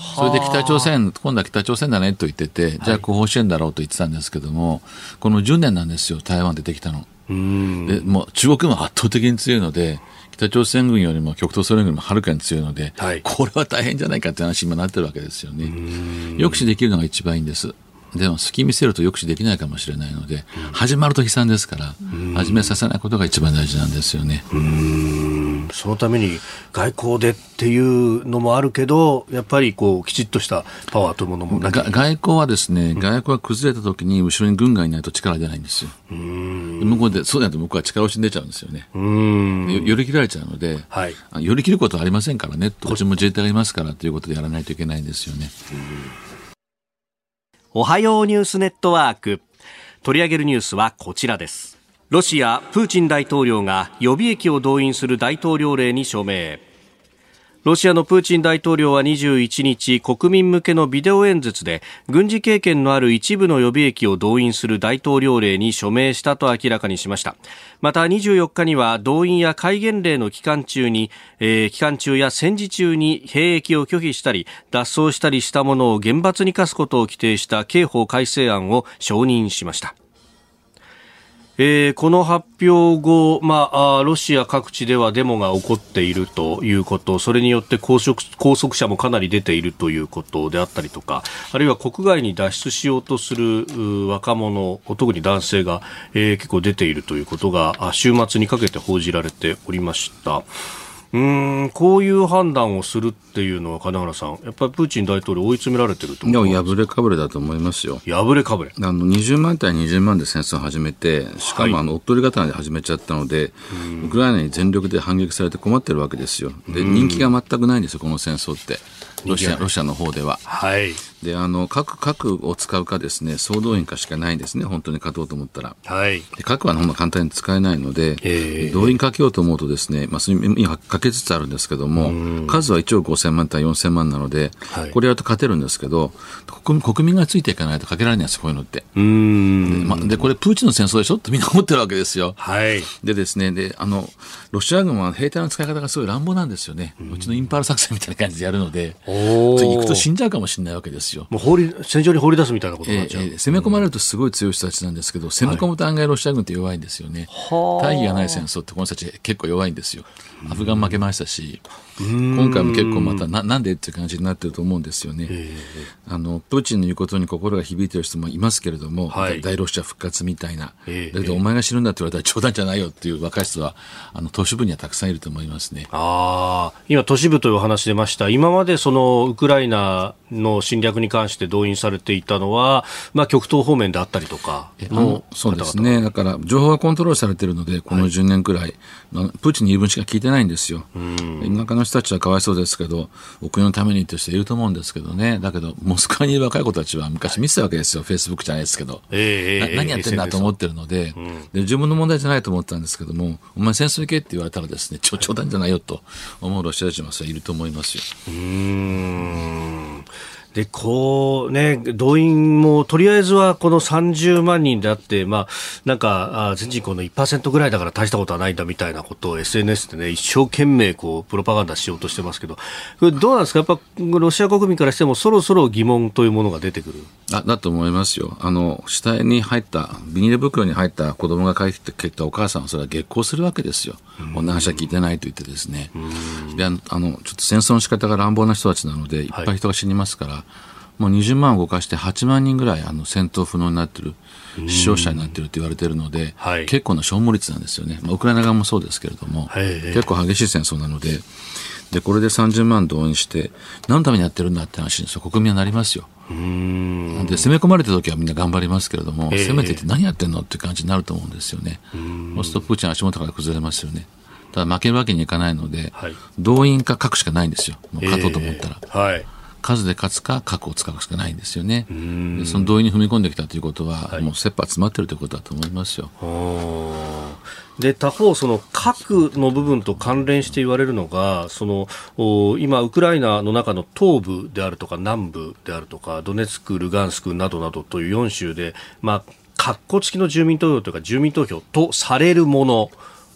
それで北朝鮮、今度は北朝鮮だねと言ってて、じゃあ後方支援だろうと言ってたんですけども、このじゅうねんなんですよ、台湾出てきたの。うんでもう中国軍は圧倒的に強いので、北朝鮮軍よりも極東ソ連軍よりもはるかに強いので、はい、これは大変じゃないかって話に今なってるわけですよね。抑止できるのが一番いいんです。でも隙見せると抑止できないかもしれないので、うん、始まると悲惨ですから、始めさせないことが一番大事なんですよね。 うーん、そのために外交でっていうのもあるけど、やっぱりこうきちっとしたパワーというものもなきゃ。 外交はですね、外交が崩れた時に後ろに軍がいないと力出ないんですよ。うーん、向こうでそうじゃないと向こうは力押しに出ちゃうんですよね。うーん、寄り切られちゃうので、はい、寄り切ることはありませんからね、こっちも自衛隊がいますからということでやらないといけないんですよね。うーん、 おはようニュースネットワーク、取り上げるニュースはこちらです。ロシアプーチン大統領が予備役を動員する大統領令に署名。ロシアのプーチン大統領はにじゅういちにち、国民向けのビデオ演説で軍事経験のある一部の予備役を動員する大統領令に署名したと明らかにしました。またにじゅうよっかには動員や戒厳令の期間中に、えー、期間中や戦時中に兵役を拒否したり脱走したりしたものを厳罰に科すことを規定した刑法改正案を承認しました。えー、この発表後、まあ、ロシア各地ではデモが起こっているということ、それによって拘束、拘束者もかなり出ているということであったりとか、あるいは国外に脱出しようとする若者、特に男性が、えー、結構出ているということが週末にかけて報じられておりました。うーん、こういう判断をするっていうのは金原さん、やっぱりプーチン大統領追い詰められてると思います。破れかぶれだと思いますよ。 破れかぶれ、 あのにじゅうまん対にじゅうまんで戦争を始めて、しかもあのおっとり刀で始めちゃったので、はい、ウクライナに全力で反撃されて困ってるわけですよ。で、人気が全くないんですよ、この戦争って。ロシア、ロシアの方では、はい、であの核、核を使うかですね、総動員かしかないんですね、本当に勝とうと思ったら、はい、で核はほんま簡単に使えないので、えー、動員かけようと思うとですね、まあ、今かけつつあるんですけども、数はいちおくごせんまん対よんせんまんなので、はい、これやると勝てるんですけど、国, 国民がついていかないとかけられないんですよ、こういうのって。うーん、で、まあ、でこれプーチンの戦争でしょってみんな思ってるわけですよ。はい、でですね、であのロシア軍は兵隊の使い方がすごい乱暴なんですよね。うちのインパール作戦みたいな感じでやるので、行くと死んじゃうかもしれないわけですよ。 もう放り戦場に放り出すみたいなことになっちゃう、 えーえー、攻め込まれるとすごい強い人たちなんですけど、攻め込むと案外ロシア軍って弱いんですよね。大義がない戦争ってこの人たち結構弱いんですよ。アフガン負けましたし、今回も結構また な, なんでっていう感じになってると思うんですよね。あのプーチンの言うことに心が響いている人もいますけれども、はい、大ロシア復活みたいな、だけどお前が死ぬんだって言われたら冗談じゃないよっていう若い人はあの都市部にはたくさんいると思いますね。 あ、今都市部というお話出ました。今までそのウクライナの侵略に関して動員されていたのは、まあ、極東方面であったりとかの、 そうですね、だから情報がコントロールされているので、このじゅうねんくらい、はい、プーチンの言い分しか聞いてないんですよ。田舎の人たちはかわいそうですけど、お国のためにという人いると思うんですけどね。だけどモスクワにいる若い子たちは昔見てたわけですよ、フェイスブックじゃないですけど、えー、何やってんだと思ってるので、うん、で自分の問題じゃないと思ったんですけども、お前戦争行けって言われたらですね、ちょ冗談じゃないよと思うロシア人はいると思いますよ。うーん、 でこうね、動員もとりあえずはこのさんじゅうまんにんであって、まあ、なんかあ全人口の いちパーセント ぐらいだから大したことはないんだみたいなことを エスエヌエス でね、一生懸命こうプロパガンダしようとしてますけど、これどうなんですか。やっぱロシア国民からしてもそろそろ疑問というものが出てくる。 あだと思いますよ。あの死体に入ったビニール袋に入った子供が帰ってきたお母さんはそれは激高するわけですよ。こんな話は聞いてないと言ってですね。であのあのちょっと戦争の仕方が乱暴な人たちなのでいっぱい人が死にますから、はい、もうにじゅうまんを動かしてはちまんにんぐらいあの戦闘不能になっている、死傷者になっていると言われているので、はい、結構な消耗率なんですよね。まあ、ウクライナ側もそうですけれども、はい、結構激しい戦争なので、でこれでさんじゅうまん動員して何のためにやってるんだって話に国民はなりますよ。うーんで攻め込まれた時はみんな頑張りますけれども、えー、攻めていて何やってんのって感じになると思うんですよね。そうするとプーチン足元から崩れますよね。ただ負けるわけにいかないので、はい、動員か核しかないんですよ。もう勝とうと思ったら、えーはい、数で勝つか核を使うしかないんですよね。でその動員に踏み込んできたということは、はい、もう切羽詰まっているということだと思いますよ。 で他方、その核の部分と関連して言われるのが、その今ウクライナの中の東部であるとか南部であるとかドネツク、ルガンスクなどなどというよん州で、まあ、括弧付きの住民投票というか住民投票とされるもの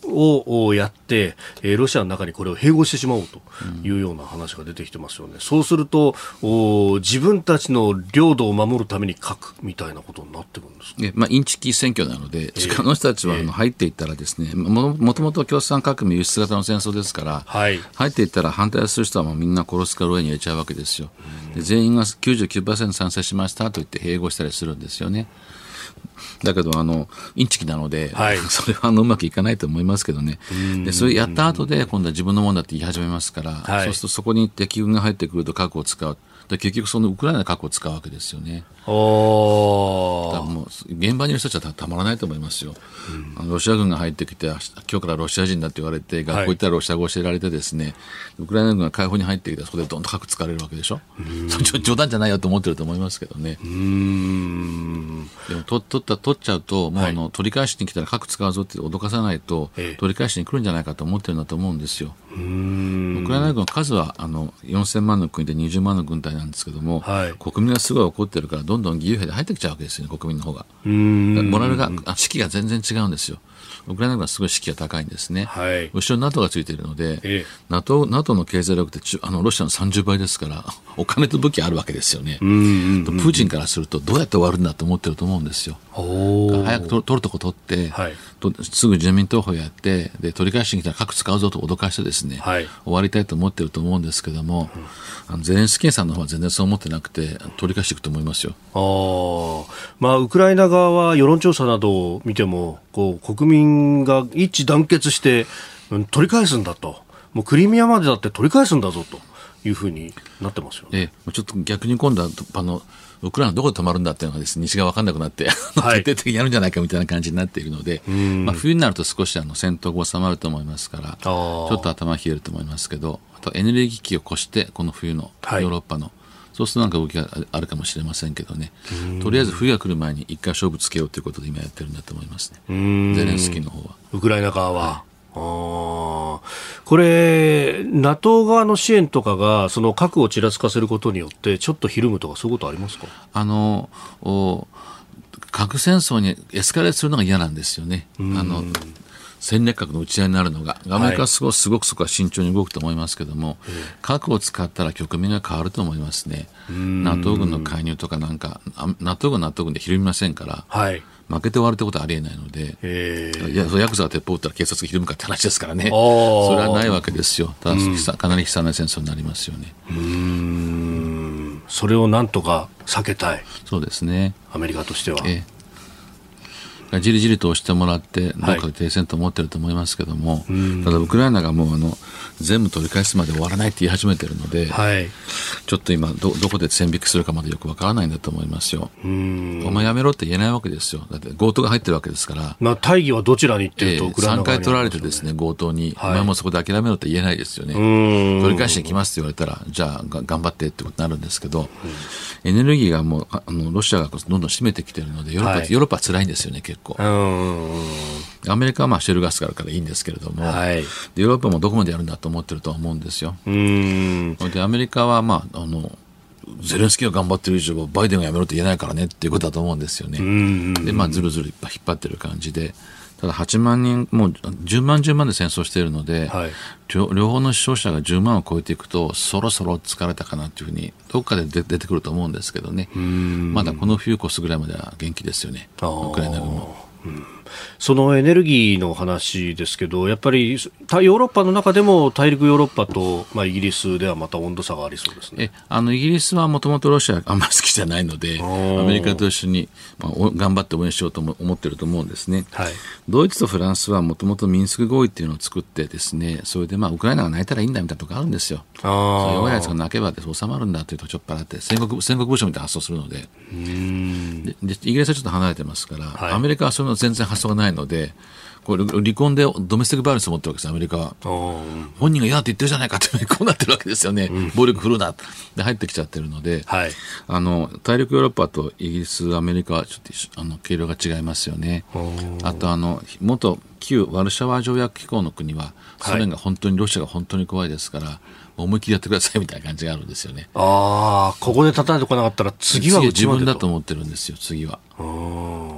をやって、えー、ロシアの中にこれを併合してしまおうというような話が出てきてますよね、うん、そうすると自分たちの領土を守るために核みたいなことになってくるんですか。 え、まあ、インチキ選挙なので、えー、あの人たちはあの入っていったらですね、えー、も, もともと共産革命輸出型の戦争ですから、はい、入っていったら反対する人はもうみんな殺すか牢に入れちゃうわけですよ。で全員が きゅうじゅうきゅうパーセント 賛成しましたと言って併合したりするんですよね。だけどあのインチキなので、はい、それはあのうまくいかないと思いますけどね。でそれやった後で今度は自分のものだって言い始めますから、はい、そうするとそこに敵軍が入ってくると核を使う。で結局そのウクライナで核を使うわけですよね。おだからもう現場にいる人たちは た, たまらないと思いますよ、うん、あのロシア軍が入ってきて今日からロシア人だって言われて学校行ったらロシア語を教えられてですね、はい、ウクライナ軍が解放に入ってきたらそこでどんと核使われるわけでしょ。冗談じゃないよと思ってると思いますけどね。うーんでも取った取っちゃうともうあの、はい、取り返しに来たら核使うぞって脅かさないと、ええ、取り返しに来るんじゃないかと思ってるんだと思うんですよ。うーんウクライナ軍の数はあのよんせんまんの国でにじゅうまんの軍隊なんですけども、はい、国民がすごい怒ってるからどんどん義勇兵で入ってきちゃうわけですよね、国民の方が。うーんモラルが士気が全然違うんですよ。ウクライナ軍はすごい士気が高いんですね、はい、後ろに NATO がついているので、ええ、NATO, NATO の経済力ってあのロシアのさんじゅうばいですからお金と武器あるわけですよね。うんうんうんうん、プーチンからするとどうやって終わるんだと思ってると思うんですよ。早く取るとこ取って、はい、とすぐ住民投票やってで取り返しに来たら核使うぞと脅かしてですね、はい、終わりたいと思ってると思うんですけども、うん、あのゼレンスキーさんの方は全然そう思ってなくて取り返していくと思いますよ。 あ、まあ、ウクライナ側は世論調査などを見てもこう国民が一致団結して、うん、取り返すんだと、もうクリミアまでだって取り返すんだぞというふうになってますよね。 えちょっと逆に今度はあのウクライナどこで止まるんだっていうのがです、ね、西が分かんなくなって、はい、徹底的にやるんじゃないかみたいな感じになっているので、まあ、冬になると少しあの戦闘が収まると思いますからちょっと頭冷えると思いますけど、あとエネルギー危機を越してこの冬のヨーロッパの、はい、そうするとなんか動きがあるかもしれませんけどね、とりあえず冬が来る前に一回勝負つけようということで今やってるんだと思いますね、ゼレンスキーの方は。 ウクライナ側は、はい、あこれ NATO 側の支援とかがその核をちらつかせることによってちょっとひるむとかそういうことありますか。 あの核戦争にエスカレートするのが嫌なんですよね。あの戦略核の打ち合いになるのがアメリカはすごく、はい、すごくそこは慎重に動くと思いますけども、うん、核を使ったら局面が変わると思いますね。 NATO 軍の介入とかなんか NATO 軍は NATO 軍でひるみませんから、はい、負けて終わるってことはありえないので、いやヤクザが鉄砲撃ったら警察がひるむかって話ですからね。それはないわけですよ。ただ、うん、かなり悲惨な戦争になりますよね。うーんそれをなんとか避けたい。 そうですね、 アメリカとしては。ええじりじりと押してもらってどうかで停戦と思ってると思いますけども、はい、ただウクライナがもうあの全部取り返すまで終わらないって言い始めてるので、はい、ちょっと今 ど, どこで線引きするかまでよくわからないんだと思いますよ。うーんお前やめろって言えないわけですよ。だって強盗が入ってるわけですから、 まあ、大義はどちらに行ってると、えー、ウクライナ側に、ね、さんかい取られてですね強盗に、はい、お前もそこで諦めろって言えないですよね。取り返しに来ますって言われたらじゃあが頑張ってってことになるんですけど、エネルギーがもうあのロシアがどんどん占めてきてるのでヨーロッパ、はい、ヨーロッパは辛いんですよね結構。うんアメリカはまあシェルガスがあるからいいんですけれども、はい、でヨーロッパもどこまでやるんだと思ってるとは思うんですよ。うーんでアメリカは、まあ、あのゼレンスキーが頑張ってる以上バイデンがやめろと言えないからねっていうことだと思うんですよね。うんで、まあ、ずるずる引っ張ってる感じで、ただはちまんにんもうじゅうまんじゅうまんで戦争しているので、はい、両, 両方の死傷者がじゅうまんを超えていくとそろそろ疲れたかなというふうにどっかで出てくると思うんですけどね。うんまだこの冬越すぐらいまでは元気ですよねウクライナ軍も。うんそのエネルギーの話ですけどやっぱりヨーロッパの中でも大陸ヨーロッパと、まあ、イギリスではまた温度差がありそうですね。 えあのイギリスはもともとロシアあんまり好きじゃないのでアメリカと一緒に、まあ、頑張って応援しようと思っていると思うんですね、はい、ドイツとフランスはもともとミンスク合意っていうのを作ってですねそれでまあウクライナが泣いたらいいんだみたいなところがあるんですよ。あ弱いやつが泣けばで収まるんだというとちょっと払って戦国、戦国武将みたいな発想するの で, うんででイギリスはちょっと離れてますから、はい、アメリカはその全然発想がないのでこれ離婚でドメスティックバイオレンスを持ってるわけですアメリカは。本人が嫌だって言ってるじゃないかってこうなってるわけですよね、うん、暴力振るなで入ってきちゃってるので、はい、あの大陸ヨーロッパとイギリスアメリカはちょっとあの経路が違いますよね。あとあの元旧ワルシャワ条約機構の国はソ連が本当に、はい、ロシアが本当に怖いですから思いっきりやってくださいみたいな感じがあるんですよね。 ああここで叩いてこなかったら次は自分だと思ってるんですよ次は。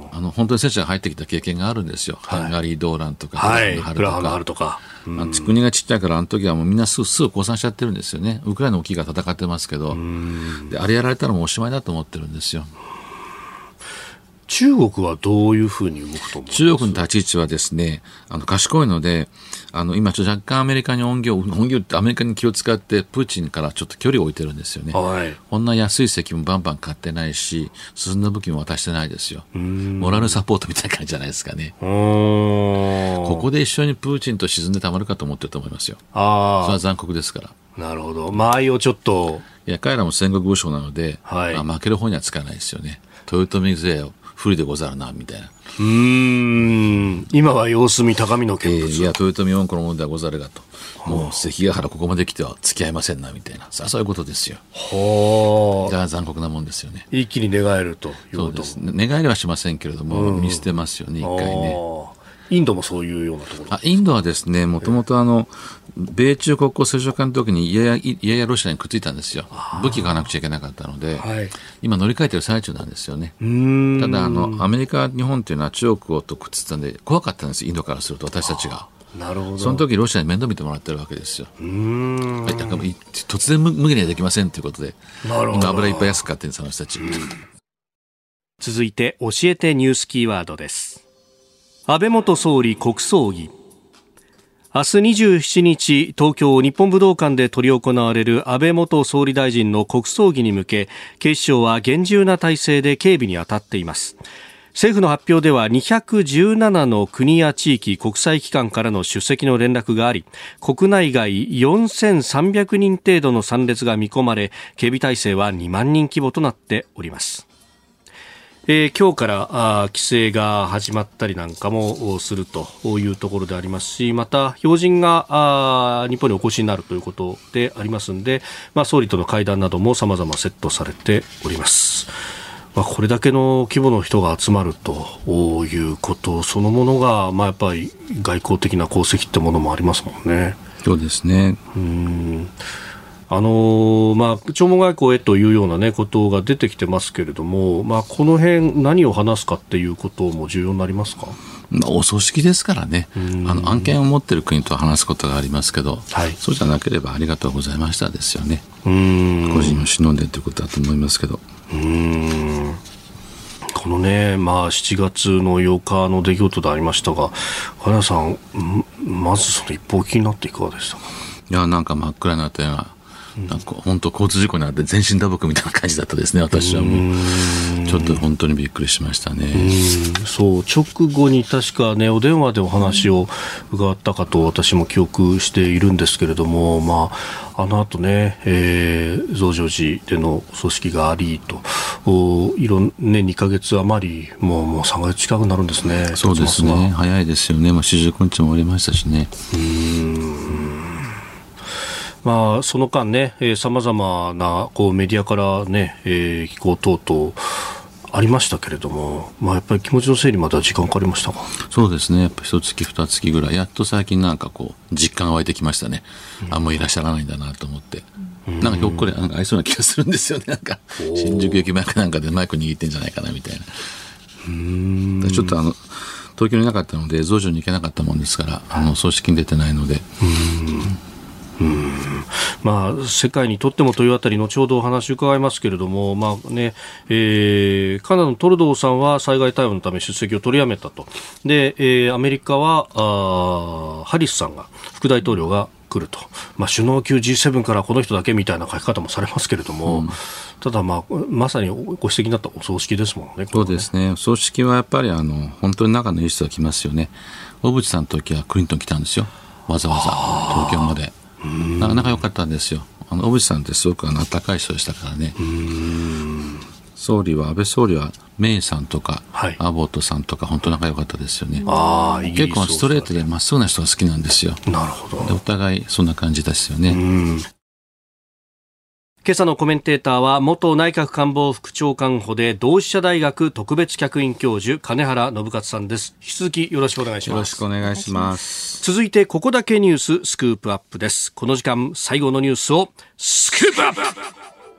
あの本当に戦車が入ってきた経験があるんですよ、はい、ハンガリー動乱とか、 はい、クラハの春とか、 うん、国がちっちゃいからあの時はもうみんなすぐすぐ降参しちゃってるんですよね。ウクライナの大きいが戦ってますけど、であれやられたらもうおしまいだと思ってるんですよ。 中国はどういうふうに動くと思います？ 中国の立ち位置はですね、あの賢いので、あの今ちょっと若干アメリカに恩義を恩義ってアメリカに気を使ってプーチンからちょっと距離を置いてるんですよね、はい、こんな安い石もバンバン買ってないし進んだ武器も渡してないですよ。モラルサポートみたいな感じじゃないですかね。ここで一緒にプーチンと沈んでたまるかと思ってると思いますよ。あ、それは残酷ですから。 なるほど。間合いをちょっと、 いや彼らも戦国武将なので、はい、まあ、負ける方にはつかないですよね。豊臣勢を不利でござるなみたいな。 うーん、今は様子見高みの見物、 えー、いや豊臣恩子のものではござるがと、もう関ヶ原ここまで来ては付き合いませんなみたいな、さあそういうことですよ。はあ、だから残酷なもんですよね。 一気に寝返るということ。 そうです、寝返りはしませんけれども、うん、見捨てますよね一回ね。 インドもそういうようなところ。 あ、インドはですね、もともとあの米中国交正常化の時にいやいやいやロシアにくっついたんですよ。武器が買わなくちゃいけなかったので、はい、今乗り換えてる最中なんですよね。うーん、ただあのアメリカ日本というのは中国とくっついたんで怖かったんです、インドからすると私たちが。なるほど。その時ロシアに面倒見てもらってるわけですよ。うーん、はい、だから突然無限にはできませんということで、なるほど、今油いっぱい安く買ってるんです、その人たち。 続いて教えてニュースキーワードです。安倍元総理国葬儀。明日にじゅうしちにち東京日本武道館で執り行われる安倍元総理大臣の国葬儀に向け、警視庁は厳重な体制で警備に当たっています。政府の発表ではにひゃくじゅうななの国や地域国際機関からの出席の連絡があり、国内外よんせんさんびゃくにん程度の参列が見込まれ、警備体制はにまんにん規模となっております。えー、今日からあ規制が始まったりなんかもするというところでありますし、また要人があ日本にお越しになるということでありますので、まあ、総理との会談なども様々セットされております。まあ、これだけの規模の人が集まるということそのものが、まあ、やっぱり外交的な功績ってものもありますもんね。 そうですね。 うーん、あのーまあ、弔問外交へというような、ね、ことが出てきてますけれども、まあ、この辺何を話すかっていうことも重要になりますか？ お葬式ですからね、あの案件を持っている国と話すことがありますけど、はい、そうじゃなければありがとうございましたですよね。うーん、個人を忍んでということだと思いますけど、うーん、このね、まあ、しちがつのようかの出来事でありましたが、金谷さん、まずその一報気になっていかがでしたか？ いや、なんか真っ暗になったような、なんか本当交通事故になって全身打撲みたいな感じだったですね。私はもうちょっと本当にびっくりしましたね。 うん、そう直後に確かねお電話でお話を伺ったかと私も記憶しているんですけれども、まあ、あの後ね、えー、増上寺での葬式がありといろんねにかげつ余りもう、もうさんかげつ近くなるんですね。 そうですね、早いですよね。もうよんじゅうくにちも終わりましたしね。うーん、 まあ、その間ね、さまざまなこうメディアからね、えー、寄稿等々ありましたけれども、まあ、やっぱり気持ちの整理までは時間かかりましたか？ そうですね、やっぱ一月二月ぐらいやっと最近なんかこう実感が湧いてきましたね。うん、あ、もういらっしゃらないんだなと思って、うん、なんかひょっこりなんか合いそうな気がするんですよね。なんか新宿駅前かなんかでマイク握ってんじゃないかなみたいな。うーん、ちょっとあの東京にいなかったので増上に行けなかったもんですから、あの葬式に出てないので。うーん、 うん、まあ、世界にとってもというあたり後ほどお話を伺いますけれども、まあねえー、カナダのトルドーさんは災害対応のため出席を取りやめたと。で、えー、アメリカはあハリスさんが副大統領が来ると、まあ、首脳級 ジーセブン からこの人だけみたいな書き方もされますけれども、うん、ただ、まあ、まさにご指摘になったお葬式ですもんね。 そうですね、お葬式はやっぱりあの本当に仲のいい人が来ますよね。小渕さんの時はクリントン来たんですよ、わざわざ東京まで。なかなか良かったんですよ。あの小渕さんってすごくあの温かい人でしたからね。うーん、総理は安倍総理はメイさんとか、はい、アボットさんとか本当仲良かったですよね。あ、結構ストレートでまっすぐな人が好きなんですよ。なるほど。でお互いそんな感じですよね。うん、 今朝のコメンテーターは元内閣官房副長官補で同志社大学特別客員教授金原信勝さんです。引き続きよろしくお願いします。 よろしくお願いします。 続いてここだけニューススクープアップです。この時間最後のニュースをスクープアップ。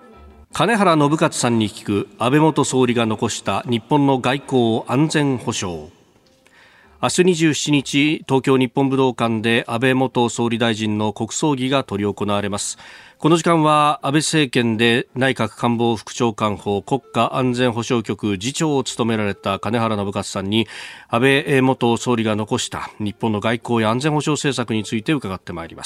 金原信勝さんに聞く安倍元総理が残した日本の外交安全保障。明日にじゅうしちにち、東京日本武道館で安倍元総理大臣の国葬儀が執り行われます。この時間は安倍政権で内閣官房副長官補国家安全保障局次長を務められた金原信勝さんに、安倍元総理が残した日本の外交や安全保障政策について伺ってまいります。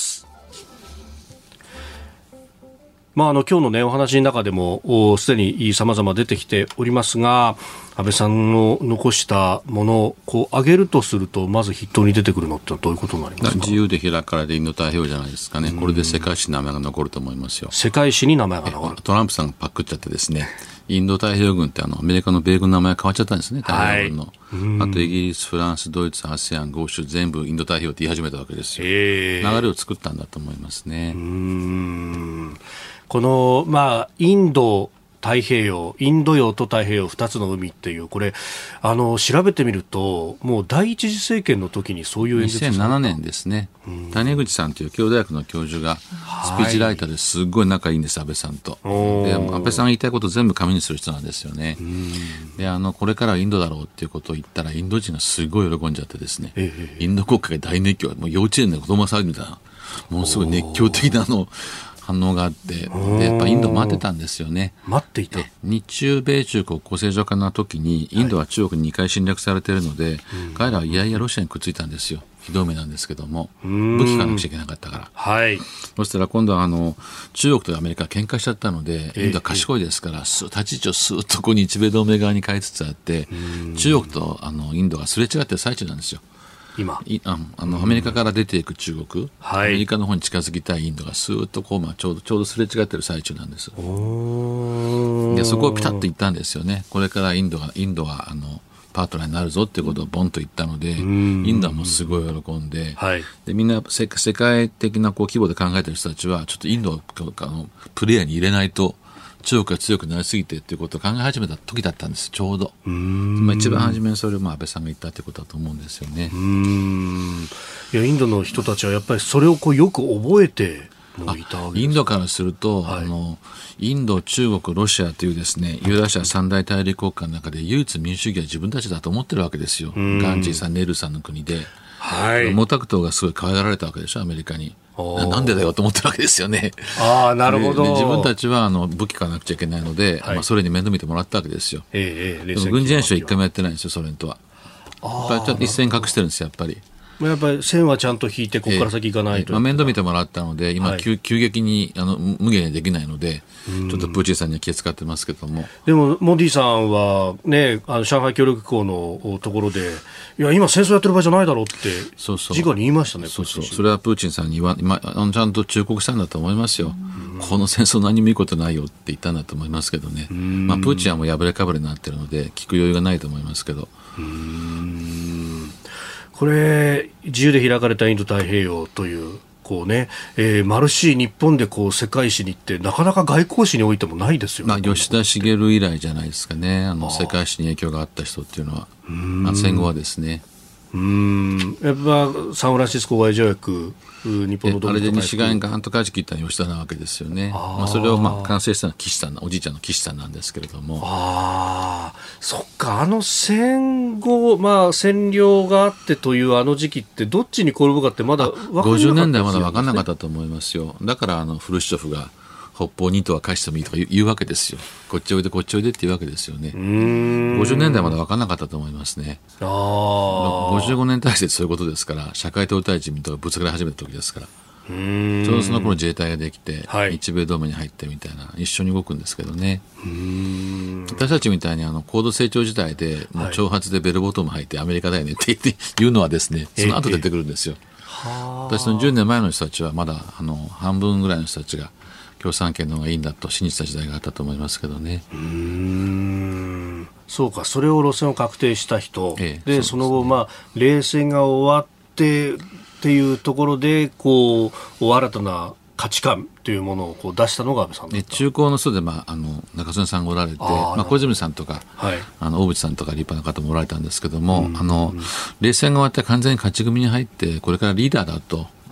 まあ、あの今日の、ね、お話の中でもすでに様々出てきておりますが、安倍さんの残したものをこう挙げるとすると、まず筆頭に出てくるのってどういうことになりますか？ 自由で開かれてインド太平洋じゃないですかね。これで世界史に名前が残ると思いますよ。 世界史に名前が残る。 トランプさんがパクっちゃってですね、インド太平洋軍ってあのアメリカの米軍の名前が変わっちゃったんですね、太平洋軍の、はい、あとイギリス、フランス、ドイツ、アセアン、豪州全部インド太平洋って言い始めたわけですよ。流れを作ったんだと思いますね。 うーん、この、まあ、インド太平洋、インド洋と太平洋ふたつの海っていう、これあの調べてみると、もう第一次政権の時にそういう演説にせんななねんですね。谷口さんという京都大学の教授がスピーチライターですごい仲いいんです、安倍さんと。で、安倍さんが言いたいことを全部紙にする人なんですよね。で、あのこれからはインドだろうっていうことを言ったら、インド人がすごい喜んじゃってですね、ええ、インド国家が大熱狂、もう幼稚園で子供が騒ぐみたいな、ものすごい熱狂的なあの反応があって、でやっぱインド待ってたんですよね。 待っていた。 日中米中国交正常化の時にインドは中国ににかい侵略されているので、はい、彼らはいやいやロシアにくっついたんですよ。ひどい目なんですけども、武器買わなくちゃいけなかったから、はい、そしたら今度はあの中国とアメリカが喧嘩しちゃったので、インドは賢いですから、立ち位置をスーッとこう日米同盟側に変えつつあって、中国とあのインドがすれ違ってる最中なんですよ。今ああのアメリカから出ていく中国、はい、アメリカの方に近づきたいインドがスーッとこう、まあ、ちょうどちょうどすれ違ってる最中なんです。でそこをピタッと言ったんですよね。これからインドがインドはあのパートナーになるぞっていうことをボンと言ったので、インドはもうすごい喜んで、はい、でみんな世界的なこう規模で考えている人たちはちょっとインドをあのプレイヤーに入れないと中国が強くなりすぎてということを考え始めた時だったんです。ちょうどうーん、まあ、一番初めにそれをまあ安倍さんが言ったということだと思うんですよね。 うーん、いやインドの人たちはやっぱりそれをこうよく覚えてもいたわけです。 インドからすると、はい、あのインド、中国、ロシアというですね、ユーラシア三大大陸国家の中で唯一民主主義は自分たちだと思ってるわけですよ。ガンジーさん、ネルさんの国で、はい、毛沢東がすごい可愛がられたわけでしょ、アメリカに。な, なんでだよと思ってるわけですよね。 ああ、なるほど。 自分たちはあの武器買わなくちゃいけないので、はい、まあ、ソ連に面倒見てもらったわけですよ。ええ、でも軍事演習は一回もやってないんですよ、ソ連とは。やっぱりちょっと一線隠してるんですよ、やっぱり。 やっぱり線はちゃんと引いてここから先行かないと、えーまあ、 面倒見てもらったので今、はい、急, 急激にあの無限にできないのでちょっとプーチンさんには気を使ってますけども。 でもモディさんは、ね、あの上海協力機構のところでいや今戦争やってる場合じゃないだろうって直に言いましたね。 そうそう、それはプーチンさんに言わ、まあ、ちゃんと忠告したんだと思いますよ。この戦争何もいいことないよって言ったんだと思いますけどね。まあ、プーチンはもう破れかぶれになってるので聞く余裕がないと思いますけど。うーん、 これ自由で開かれたインド太平洋というこうね、えー、マルシー日本でこう世界史にってなかなか外交史においてもないですよね。 まあ、吉田茂以来じゃないですかね。あの世界史に影響があった人っていうのは、まあ、戦後はですね。 うーん、やっぱサンフランシスコ和平条約、日本のあれで西側にガーンと舵切ったのは吉田なわけですよね。あ、まあ、それをまあ完成したのは岸さん、おじいちゃんの岸さんなんですけれども。 ああ、そっか、あの戦後、まあ、占領があってというあの時期ってどっちに転ぶかってまだ分からなかったですよね。 ごじゅうねんだいまだ分からなかったと思いますよ。だからあのフルシチョフが北方に島は返してもいいとか言うわけですよ。こっちおいでこっちおいでって言うわけですよね。うーん、ごじゅうねんだいまだ分からなかったと思いますね。あ、ごじゅうごねん体制そういうことですから、社会党対自民党がぶつかり始めた時ですから、うーん、ちょうどその頃自衛隊ができて、はい、日米同盟に入ってみたいな一緒に動くんですけどね。うーん、私たちみたいにあの高度成長時代でもう挑発でベルボトム履いてアメリカだよねって言って言うのはですね、その後出てくるんですよ。えー、私のじゅうねんまえの人たちはまだあの半分ぐらいの人たちが共産圏の方がいいんだと信じた時代があったと思いますけどね。 うーん、そうか、それを路線を確定した人、ええ、で、その後、まあ、冷戦が終わってっていうところでこう新たな価値観というものをこう出したのが安倍さんだった。 中高の人で、まあ、あの中曽根さんがおられて、あ、まあ、小泉さんとか、はい、あの大渕さんとか立派な方もおられたんですけども、うん、あの冷戦が終わって完全に勝ち組に入ってこれからリーダーだと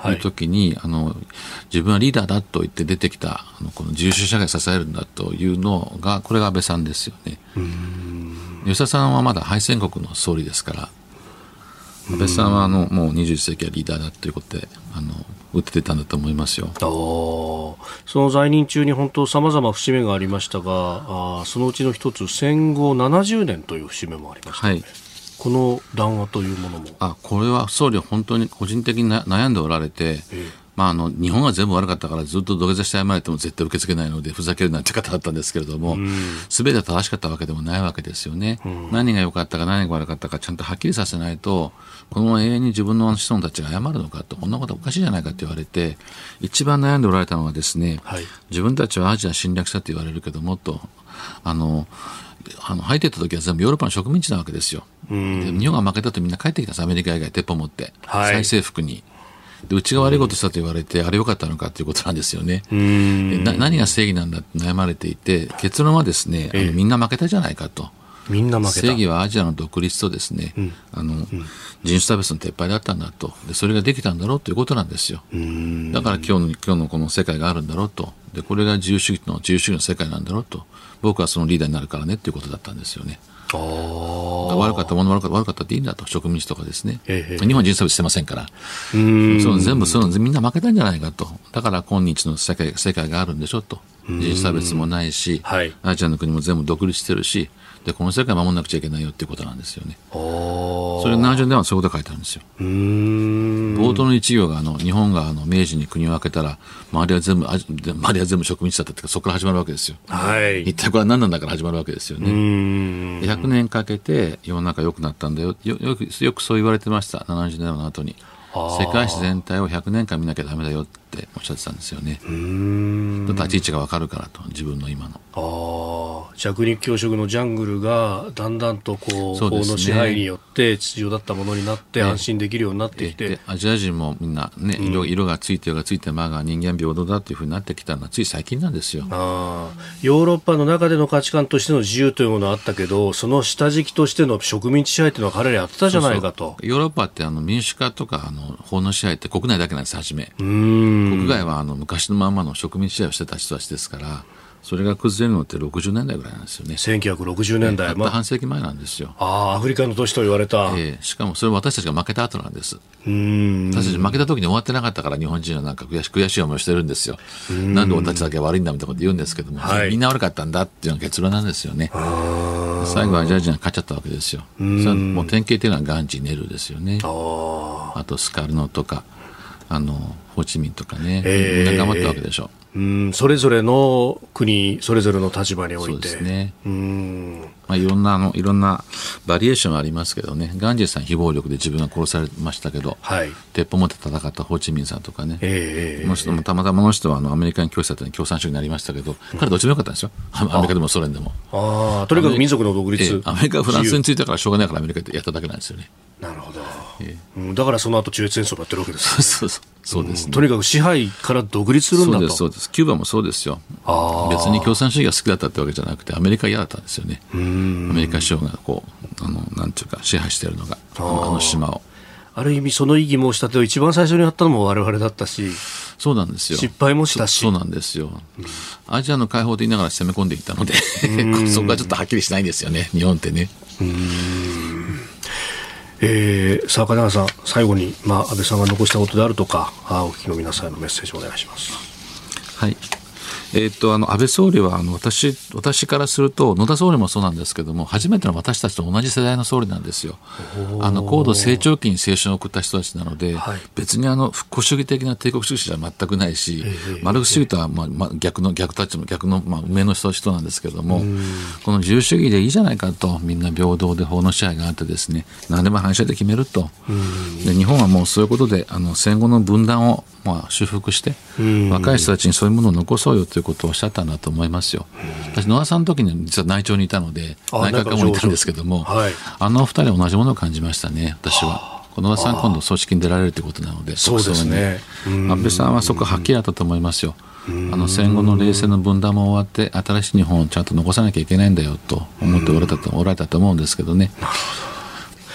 いう時に、はい、あの自分はリーダーだと言って出てきたあのこの自由主義社会を支えるんだというのが、これが安倍さんですよね。うーん、吉田さんはまだ敗戦国の総理ですから、安倍さんはあのもうにじゅういっ世紀はリーダーだということであの打って出たんだと思いますよ。 その在任中に本当さまざま節目がありましたが、あそのうちの一つ戦後ななじゅうねんという節目もありましたね。はい、この談話というものも、 あこれは総理は本当に個人的に悩んでおられて、ええ、まあ、あの日本が全部悪かったからずっと土下座して謝られても絶対受け付けないのでふざけるなんて方だったんですけれども、すべて正しかったわけでもないわけですよね。何が良かったか何が悪かったかちゃんとはっきりさせないと、このまま永遠に自分の子孫たちが謝るのかと、こんなことおかしいじゃないかと言われて、一番悩んでおられたのはですね、はい、自分たちはアジア侵略者と言われるけどもっとあのあの入っていった時は全部ヨーロッパの植民地なわけですよ。で日本が負けたとみんな帰ってきたんです。アメリカ以外鉄砲持って、はい、再征服にでうちが悪いことしたと言われて、あれ良かったのかということなんですよね。うんな何が正義なんだって悩まれていて、結論はですね、あのみんな負けたじゃないかと。 みんな負けた。 正義はアジアの独立とですね、うん、あの、うん、人種差別の撤廃だったんだと。でそれができたんだろうということなんですよ。だから今日の今日のこの世界があるんだろうと。でこれが自由主義の自由主義の世界なんだろうと。僕はそのリーダーになるからねということだったんですよね。あ悪かったもの悪かった悪かったっていいんだと、植民地とかですね、ええ、日本は人種差別してませんから、うーんその全部そのみんな負けたんじゃないかと。だから今日の世界、世界があるんでしょと。人種差別もないし、はい、アジアの国も全部独立してるし、でこの世界を守らなくちゃいけないよっていうことなんですよね。それななじゅうねんはそういうことが書いてあるんですよ。うーん冒頭の一行があの日本があの明治に国を開けたら周りは全部周りは全部植民地だったって、そこから始まるわけですよ。はい、一体これは何なんだから始まるわけですよね。うーんひゃくねんかけて世の中良くなったんだよ。よ、よく、よくそう言われてました。ななじゅうねんの後に世界史全体をひゃくねんかん見なきゃダメだよっておっしゃってたんですよね。うーん立ち位置が分かるからと、自分の今のあ弱肉強食のジャングルがだんだんとこう法の支配によって秩序だったものになって安心できるようになってきて、 アジア人もみんな、ね、色, 色がついてようがついてまが人間平等だというふうになってきたのはつい最近なんですよ。あヨーロッパの中での価値観としての自由というものはあったけど、その下敷きとしての植民地支配というのは彼らやってたじゃないかと。 そうそうヨーロッパってあの民主化とかあの法の支配って国内だけなんです。初めうーん国外はあの昔のまんまの植民地支配をしてた人たちですから、それが崩れるのってろくじゅうねんだいぐらいなんですよね。 せんきゅうひゃくろくじゅうねんだい、 たった半世紀前なんですよ。 ああアフリカの都市と言われた、 えー、しかもそれは私たちが負けた後なんです。うーん私たち負けた時に終わってなかったから日本人はなんか悔し悔しい思いをしてるんですよ。なんで俺たちだけ悪いんだみたいなこと言うんですけども、はい、みんな悪かったんだっていうのが結論なんですよね。最後はアジア人が勝っちゃったわけですよ。それはもう典型的なガンジーネルーですよね。ああとスカルノとかあのホーチミンとかね、えー、みんな頑張ったわけでしょ。 うんそれぞれの国それぞれの立場においてそうですね。うんまあ、いろんなあのいろんなバリエーションはありますけどね。ガンジーさん非暴力で自分が殺されましたけど、はい、鉄砲持って戦ったホーチミンさんとかね、えー、この人もたまたまの人はあのアメリカに教師だったのに共産主義になりましたけど、うん、彼どっちもよかったんですよ。アメリカでもソ連でも。 あとにかく民族の独立、 えー、アメリカはフランスについたからしょうがないからアメリカでやっただけなんですよね。 なるほど、えーうん、だからその後中越戦争をやってるわけです、ね、 そうそうそうですね、 うん、とにかく支配から独立するんだと。 そうですそうです。キューバもそうですよ。あ別に共産主義が好きだったってわけじゃなくてアメリカ嫌だったんですよね。うんアメリカ首相がこうあのなんていうか支配しているのがあの、あの島をある意味その異議申し立てを一番最初にやったのも我々だったし、 そうなんですよ。 失敗もしたし。 そ, そうなんですよ、うん、アジアの解放と言いながら攻め込んでいったのでそこはちょっとはっきりしないんですよね日本ってね。うーんえー、さあ金原さん最後に、まあ、安倍さんが残したことであるとかお聞きの皆さんへのメッセージをお願いします。 はいえー、とあの安倍総理はあの 私, 私からすると野田総理もそうなんですけども初めての私たちと同じ世代の総理なんですよ。あの高度成長期に青春を送った人たちなので、はい、別にあの復興主義的な帝国主義者じゃ全くないし、えー、マルクス主義とは、まあまあ、逆の逆たちの逆の、まあ、上の人なんですけども、この自由主義でいいじゃないかと、みんな平等で法の支配があってですね何でも反射で決めると。で日本はもうそういうことであの戦後の分断をまあ修復して若い人たちにそういうものを残そうよということをおっしゃったんだと思いますよ。私野田さんの時に実は内調にいたので内閣官もいたんですけども、はい、あの二人同じものを感じましたね私は。野田さん今度組織に出られるということなので、 そうですね、 安倍さんはそこはっきりあったと思いますよ。あの戦後の冷戦の分断も終わって新しい日本をちゃんと残さなきゃいけないんだよと思っておられたと、おられたと思うんですけどね。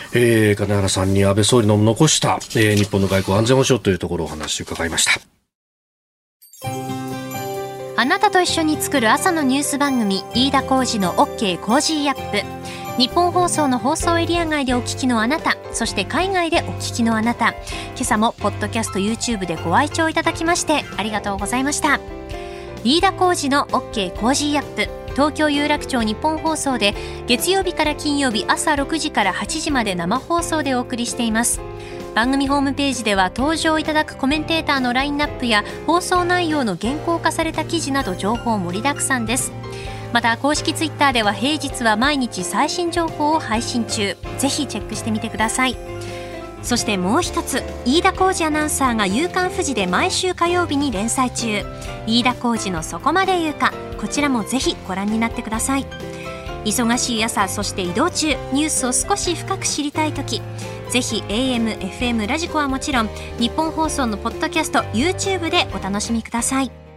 えー、金原さんに安倍総理の残した、えー、日本の外交安全保障というところをお話を伺いました。 あなたと一緒に作る朝のニュース番組、飯田浩司の OK コージーアップ。日本放送の放送エリア外でお聞きのあなた、そして海外でお聞きのあなた、今朝もポッドキャスト YouTube でご愛聴いただきましてありがとうございました。飯田浩司の OK コージーアップ、東京有楽町日本放送で月曜日から金曜日朝ろくじからはちじまで生放送でお送りしています。番組ホームページでは登場いただくコメンテーターのラインナップや放送内容の原稿化された記事など情報盛りだくさんです。また公式ツイッターでは平日は毎日最新情報を配信中、ぜひチェックしてみてください。そしてもう一つ、飯田浩司アナウンサーが夕刊フジで毎週火曜日に連載中、飯田浩司のそこまで言うか、こちらもぜひご覧になってください。忙しい朝、そして移動中、ニュースを少し深く知りたいとき、ぜひ エーエム、エフエム、ラジコはもちろん日本放送のポッドキャスト YouTube でお楽しみください。